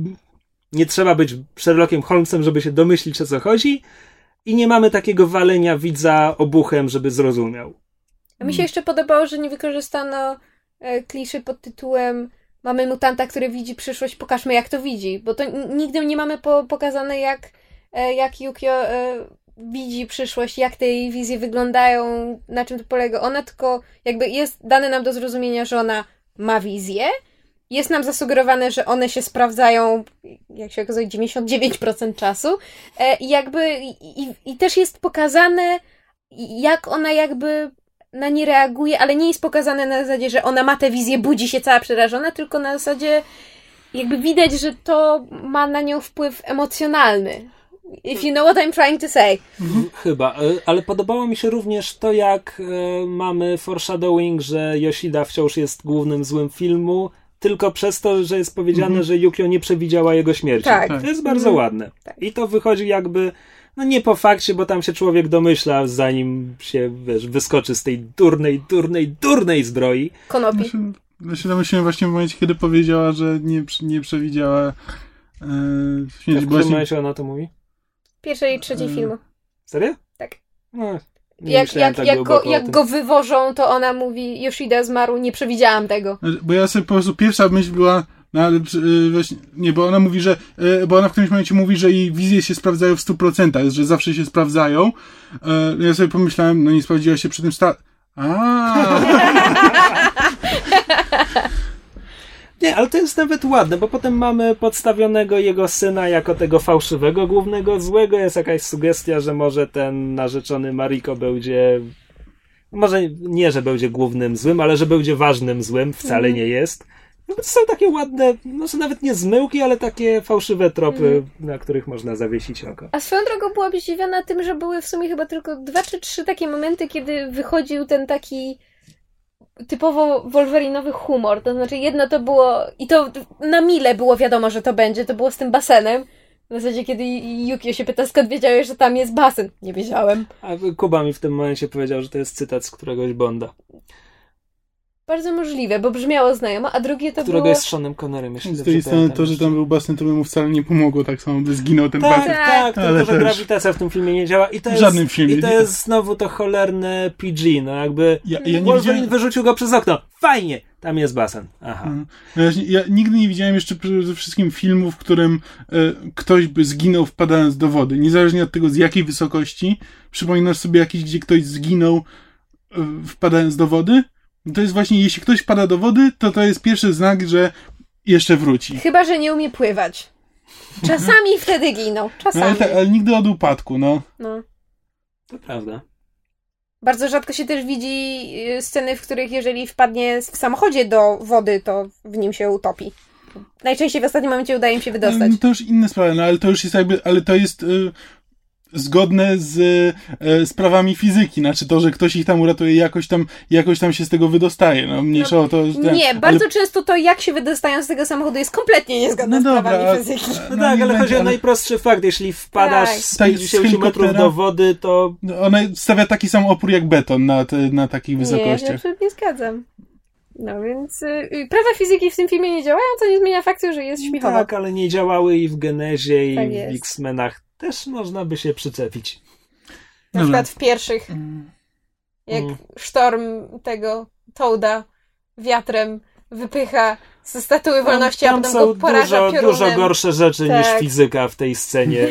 Nie trzeba być Sherlockiem Holmesem, żeby się domyślić, o co chodzi i nie mamy takiego walenia widza obuchem, żeby zrozumiał. A mi się jeszcze podobało, że nie wykorzystano e, kliszy pod tytułem mamy mutanta, który widzi przyszłość, pokażmy jak to widzi, bo to n- nigdy nie mamy po- pokazane jak, e, jak Yukio e, widzi przyszłość, jak te jej wizje wyglądają, na czym to polega. Ona tylko jakby jest dane nam do zrozumienia, że ona ma wizję, jest nam zasugerowane, że one się sprawdzają, jak się okazuje, dziewięćdziesiąt dziewięć procent czasu e, i jakby i, i, i też jest pokazane, jak ona jakby na nie reaguje, ale nie jest pokazane na zasadzie, że ona ma tę wizję, budzi się cała przerażona, tylko na zasadzie jakby widać, że to ma na nią wpływ emocjonalny. If you know what I'm trying to say. Chyba, ale podobało mi się również to, jak mamy foreshadowing, że Yoshida wciąż jest głównym złym filmu, tylko przez to, że jest powiedziane, mm-hmm. że Yukio nie przewidziała jego śmierci. Tak. To jest bardzo mm-hmm. ładne. Tak. I to wychodzi jakby, no nie po fakcie, bo tam się człowiek domyśla, zanim się, wiesz, wyskoczy z tej durnej, durnej, durnej zbroi. Konopi. Ja się, ja się domyśliłem właśnie w momencie, kiedy powiedziała, że nie, nie przewidziała e, śmierci. W którym momencie ona to mówi? Pierwszej i trzeciej filmu. Serio? Tak. No, jak jak, tak jak, go, jak go wywożą, to ona mówi Yoshida zmarł, nie przewidziałam tego. Bo ja sobie po prostu pierwsza myśl była, no ale właśnie, nie, bo ona mówi, że, bo ona w którymś momencie mówi, że jej wizje się sprawdzają w stu procentach, że zawsze się sprawdzają. Ja sobie pomyślałem, no nie sprawdziła się przy tym sta... Aaaa! Nie, ale to jest nawet ładne, bo potem mamy podstawionego jego syna jako tego fałszywego głównego złego. Jest jakaś sugestia, że może ten narzeczony Mariko będzie... Może nie, że będzie głównym złym, ale że będzie ważnym złym. Wcale nie jest. No to są takie ładne, może nawet nie zmyłki, ale takie fałszywe tropy, mm. na których można zawiesić oko. A swoją drogą byłam zdziwiona tym, że były w sumie chyba tylko dwa czy trzy takie momenty, kiedy wychodził ten taki typowo wolverinowy humor. To znaczy jedno to było, i to na mile było wiadomo, że to będzie, to było z tym basenem. W zasadzie, kiedy Yukio się pyta, skąd wiedziałeś, że tam jest basen. Nie wiedziałem. A Kuba mi w tym momencie powiedział, że to jest cytat z któregoś Bonda. Bardzo możliwe, bo brzmiało znajomo, a drugie to Którego było... jest Seanem Connerem, jeśli z tej strony to, że tam był basen, to by mu wcale nie pomogło, tak samo by zginął ten tak, basen. Tak, tak, ale tylko, że też... grawitacja w tym filmie nie działa i to w jest, żadnym filmie. I to jest znowu to cholerne P G, no jakby ja, ja Wolverine widziałem... wyrzucił go przez okno. Fajnie! Tam jest basen. Aha. Ja, ja nigdy nie widziałem jeszcze przede wszystkim filmu, w którym e, ktoś by zginął wpadając do wody. Niezależnie od tego, z jakiej wysokości. Przypominasz sobie jakiś, gdzie ktoś zginął e, wpadając do wody? To jest właśnie, jeśli ktoś wpada do wody, to to jest pierwszy znak, że jeszcze wróci. Chyba, że nie umie pływać. Czasami wtedy giną. Czasami. No, ale, ta, ale nigdy od upadku, no. No. To prawda. Bardzo rzadko się też widzi sceny, w których jeżeli wpadnie w samochodzie do wody, to w nim się utopi. Najczęściej w ostatnim momencie udaje im się wydostać. No, to już inne sprawy, no ale to już jest jakby, ale to jest... Y- zgodne z e, sprawami fizyki, znaczy to, że ktoś ich tam uratuje, jakoś tam, jakoś tam się z tego wydostaje, no mniejsza no, o to, że... Nie, ale... bardzo często to, jak się wydostają z tego samochodu, jest kompletnie niezgodne no z dobra, prawami fizyki. No, no tak, ale chodzi ale... o najprostszy fakt, jeśli wpadasz tak. z pięćdziesięciu metrów do wody, to... No, ona stawia taki sam opór jak beton na, te, na takich wysokościach. Nie, ja absolutnie nie zgadzam. No więc y, prawa fizyki w tym filmie nie działają, co nie zmienia faktu, że jest śmiechowa. Tak, ale nie działały i w Genezie, tak i jest. w X-Menach. Też można by się przyczepić. Na przykład w pierwszych. Jak mm. sztorm tego Toada wiatrem wypycha ze statuły wolności, tam, a potem tam go poraża dużo, piorunem. dużo gorsze rzeczy tak. niż fizyka w tej scenie.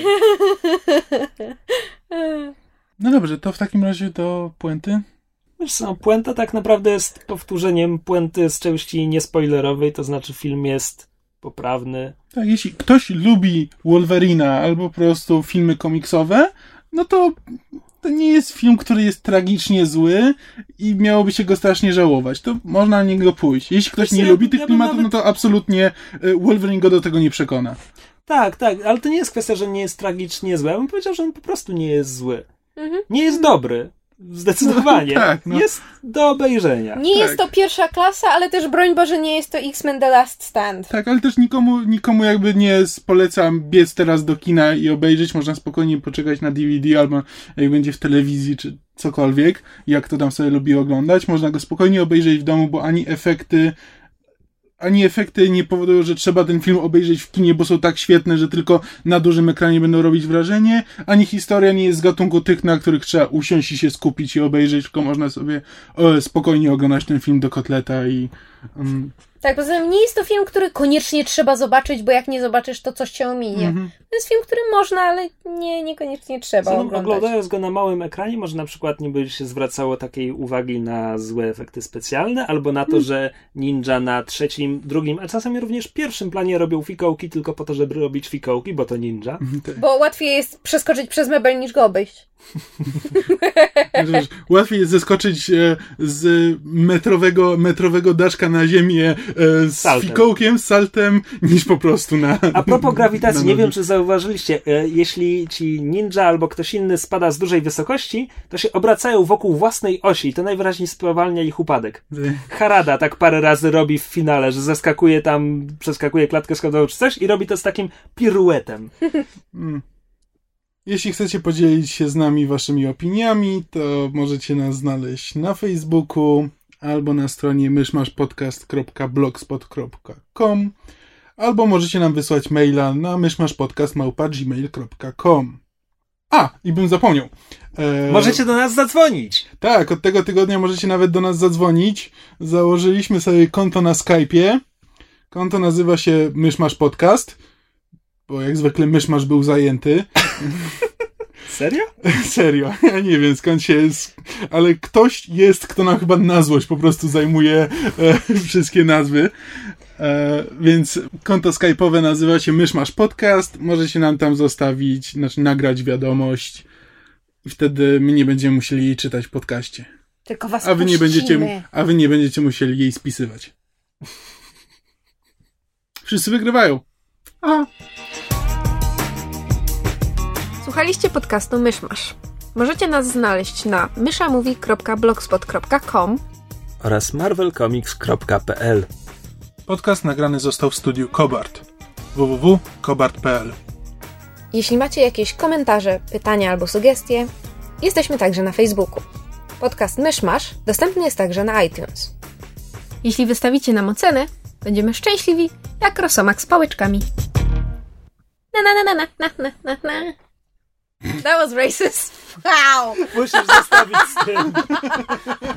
No dobrze, to w takim razie do puenty. Wiesz co, puenta tak naprawdę jest powtórzeniem puenty z części niespoilerowej, to znaczy film jest poprawny. Tak, jeśli ktoś lubi Wolverina albo po prostu filmy komiksowe, no to to nie jest film, który jest tragicznie zły i miałoby się go strasznie żałować. To można na niego pójść. Jeśli ktoś nie ja, lubi tych ja klimatów, nawet... no to absolutnie Wolverine go do tego nie przekona. Tak, tak, ale to nie jest kwestia, że nie jest tragicznie zły. Ja bym powiedział, że on po prostu nie jest zły. Mhm. Nie jest dobry. Zdecydowanie. No, tak, no. Jest do obejrzenia. Nie tak. jest to pierwsza klasa, ale też broń Boże nie jest to X-Men The Last Stand. Tak, ale też nikomu, nikomu jakby nie polecam biec teraz do kina i obejrzeć. Można spokojnie poczekać na D V D albo jak będzie w telewizji czy cokolwiek, jak to tam sobie lubi oglądać. Można go spokojnie obejrzeć w domu, bo ani efekty ani efekty nie powodują, że trzeba ten film obejrzeć w kinie, bo są tak świetne, że tylko na dużym ekranie będą robić wrażenie, ani historia nie jest z gatunku tych, na których trzeba usiąść i się skupić i obejrzeć, tylko można sobie o, spokojnie oglądać ten film do kotleta i... Um... Tak, poza tym nie jest to film, który koniecznie trzeba zobaczyć, bo jak nie zobaczysz, to coś cię ominie. Mm-hmm. To jest film, który można, ale nie, niekoniecznie trzeba Zatem oglądać. Oglądając go na małym ekranie, może na przykład nie będzie się zwracało takiej uwagi na złe efekty specjalne, albo na to, mm. że ninja na trzecim, drugim, a czasami również pierwszym planie robią fikołki tylko po to, żeby robić fikołki, bo to ninja. Bo łatwiej jest przeskoczyć przez mebel niż go obejść. Łatwiej jest zeskoczyć z metrowego, metrowego daszka na ziemię z saltem. Fikołkiem, z saltem, niż po prostu na... A propos grawitacji, nie wiem, czy zauważyliście, jeśli ci ninja albo ktoś inny spada z dużej wysokości, to się obracają wokół własnej osi i to najwyraźniej spowalnia ich upadek. Harada tak parę razy robi w finale, że zeskakuje tam, przeskakuje klatkę schodową czy coś i robi to z takim piruetem. Hmm. Jeśli chcecie podzielić się z nami waszymi opiniami, to możecie nas znaleźć na Facebooku albo na stronie myszmaszpodcast kropka blogspot kropka com albo możecie nam wysłać maila na myszmaszpodcast małpa gmail kropka com. A, i bym zapomniał. E... Możecie do nas zadzwonić. Tak, od tego tygodnia możecie nawet do nas zadzwonić. Założyliśmy sobie konto na Skype'ie. Konto nazywa się Myszmasz Podcast, bo jak zwykle Myszmasz był zajęty. Serio? Serio. Ja nie wiem skąd się jest, ale ktoś jest, kto nam chyba na złość po prostu zajmuje e, wszystkie nazwy. E, więc konto skype'owe nazywa się Myszmasz Podcast. Możecie nam tam zostawić, znaczy nagrać wiadomość i wtedy my nie będziemy musieli jej czytać w podcaście. Tylko was a wy nie będziecie, a wy nie będziecie musieli jej spisywać. Wszyscy wygrywają. Aha. Słuchaliście podcastu Myszmasz. Możecie nas znaleźć na myszamovie kropka blogspot kropka com oraz marvel comics kropka p l. Podcast nagrany został w studiu Kobart. w w w kropka kobart kropka p l. Jeśli macie jakieś komentarze, pytania albo sugestie, jesteśmy także na Facebooku. Podcast Myszmasz dostępny jest także na iTunes. Jeśli wystawicie nam ocenę, będziemy szczęśliwi jak rosomak z pałeczkami. Na na na na na na na na. That was racist. Wow! Musisz zostawić z tym.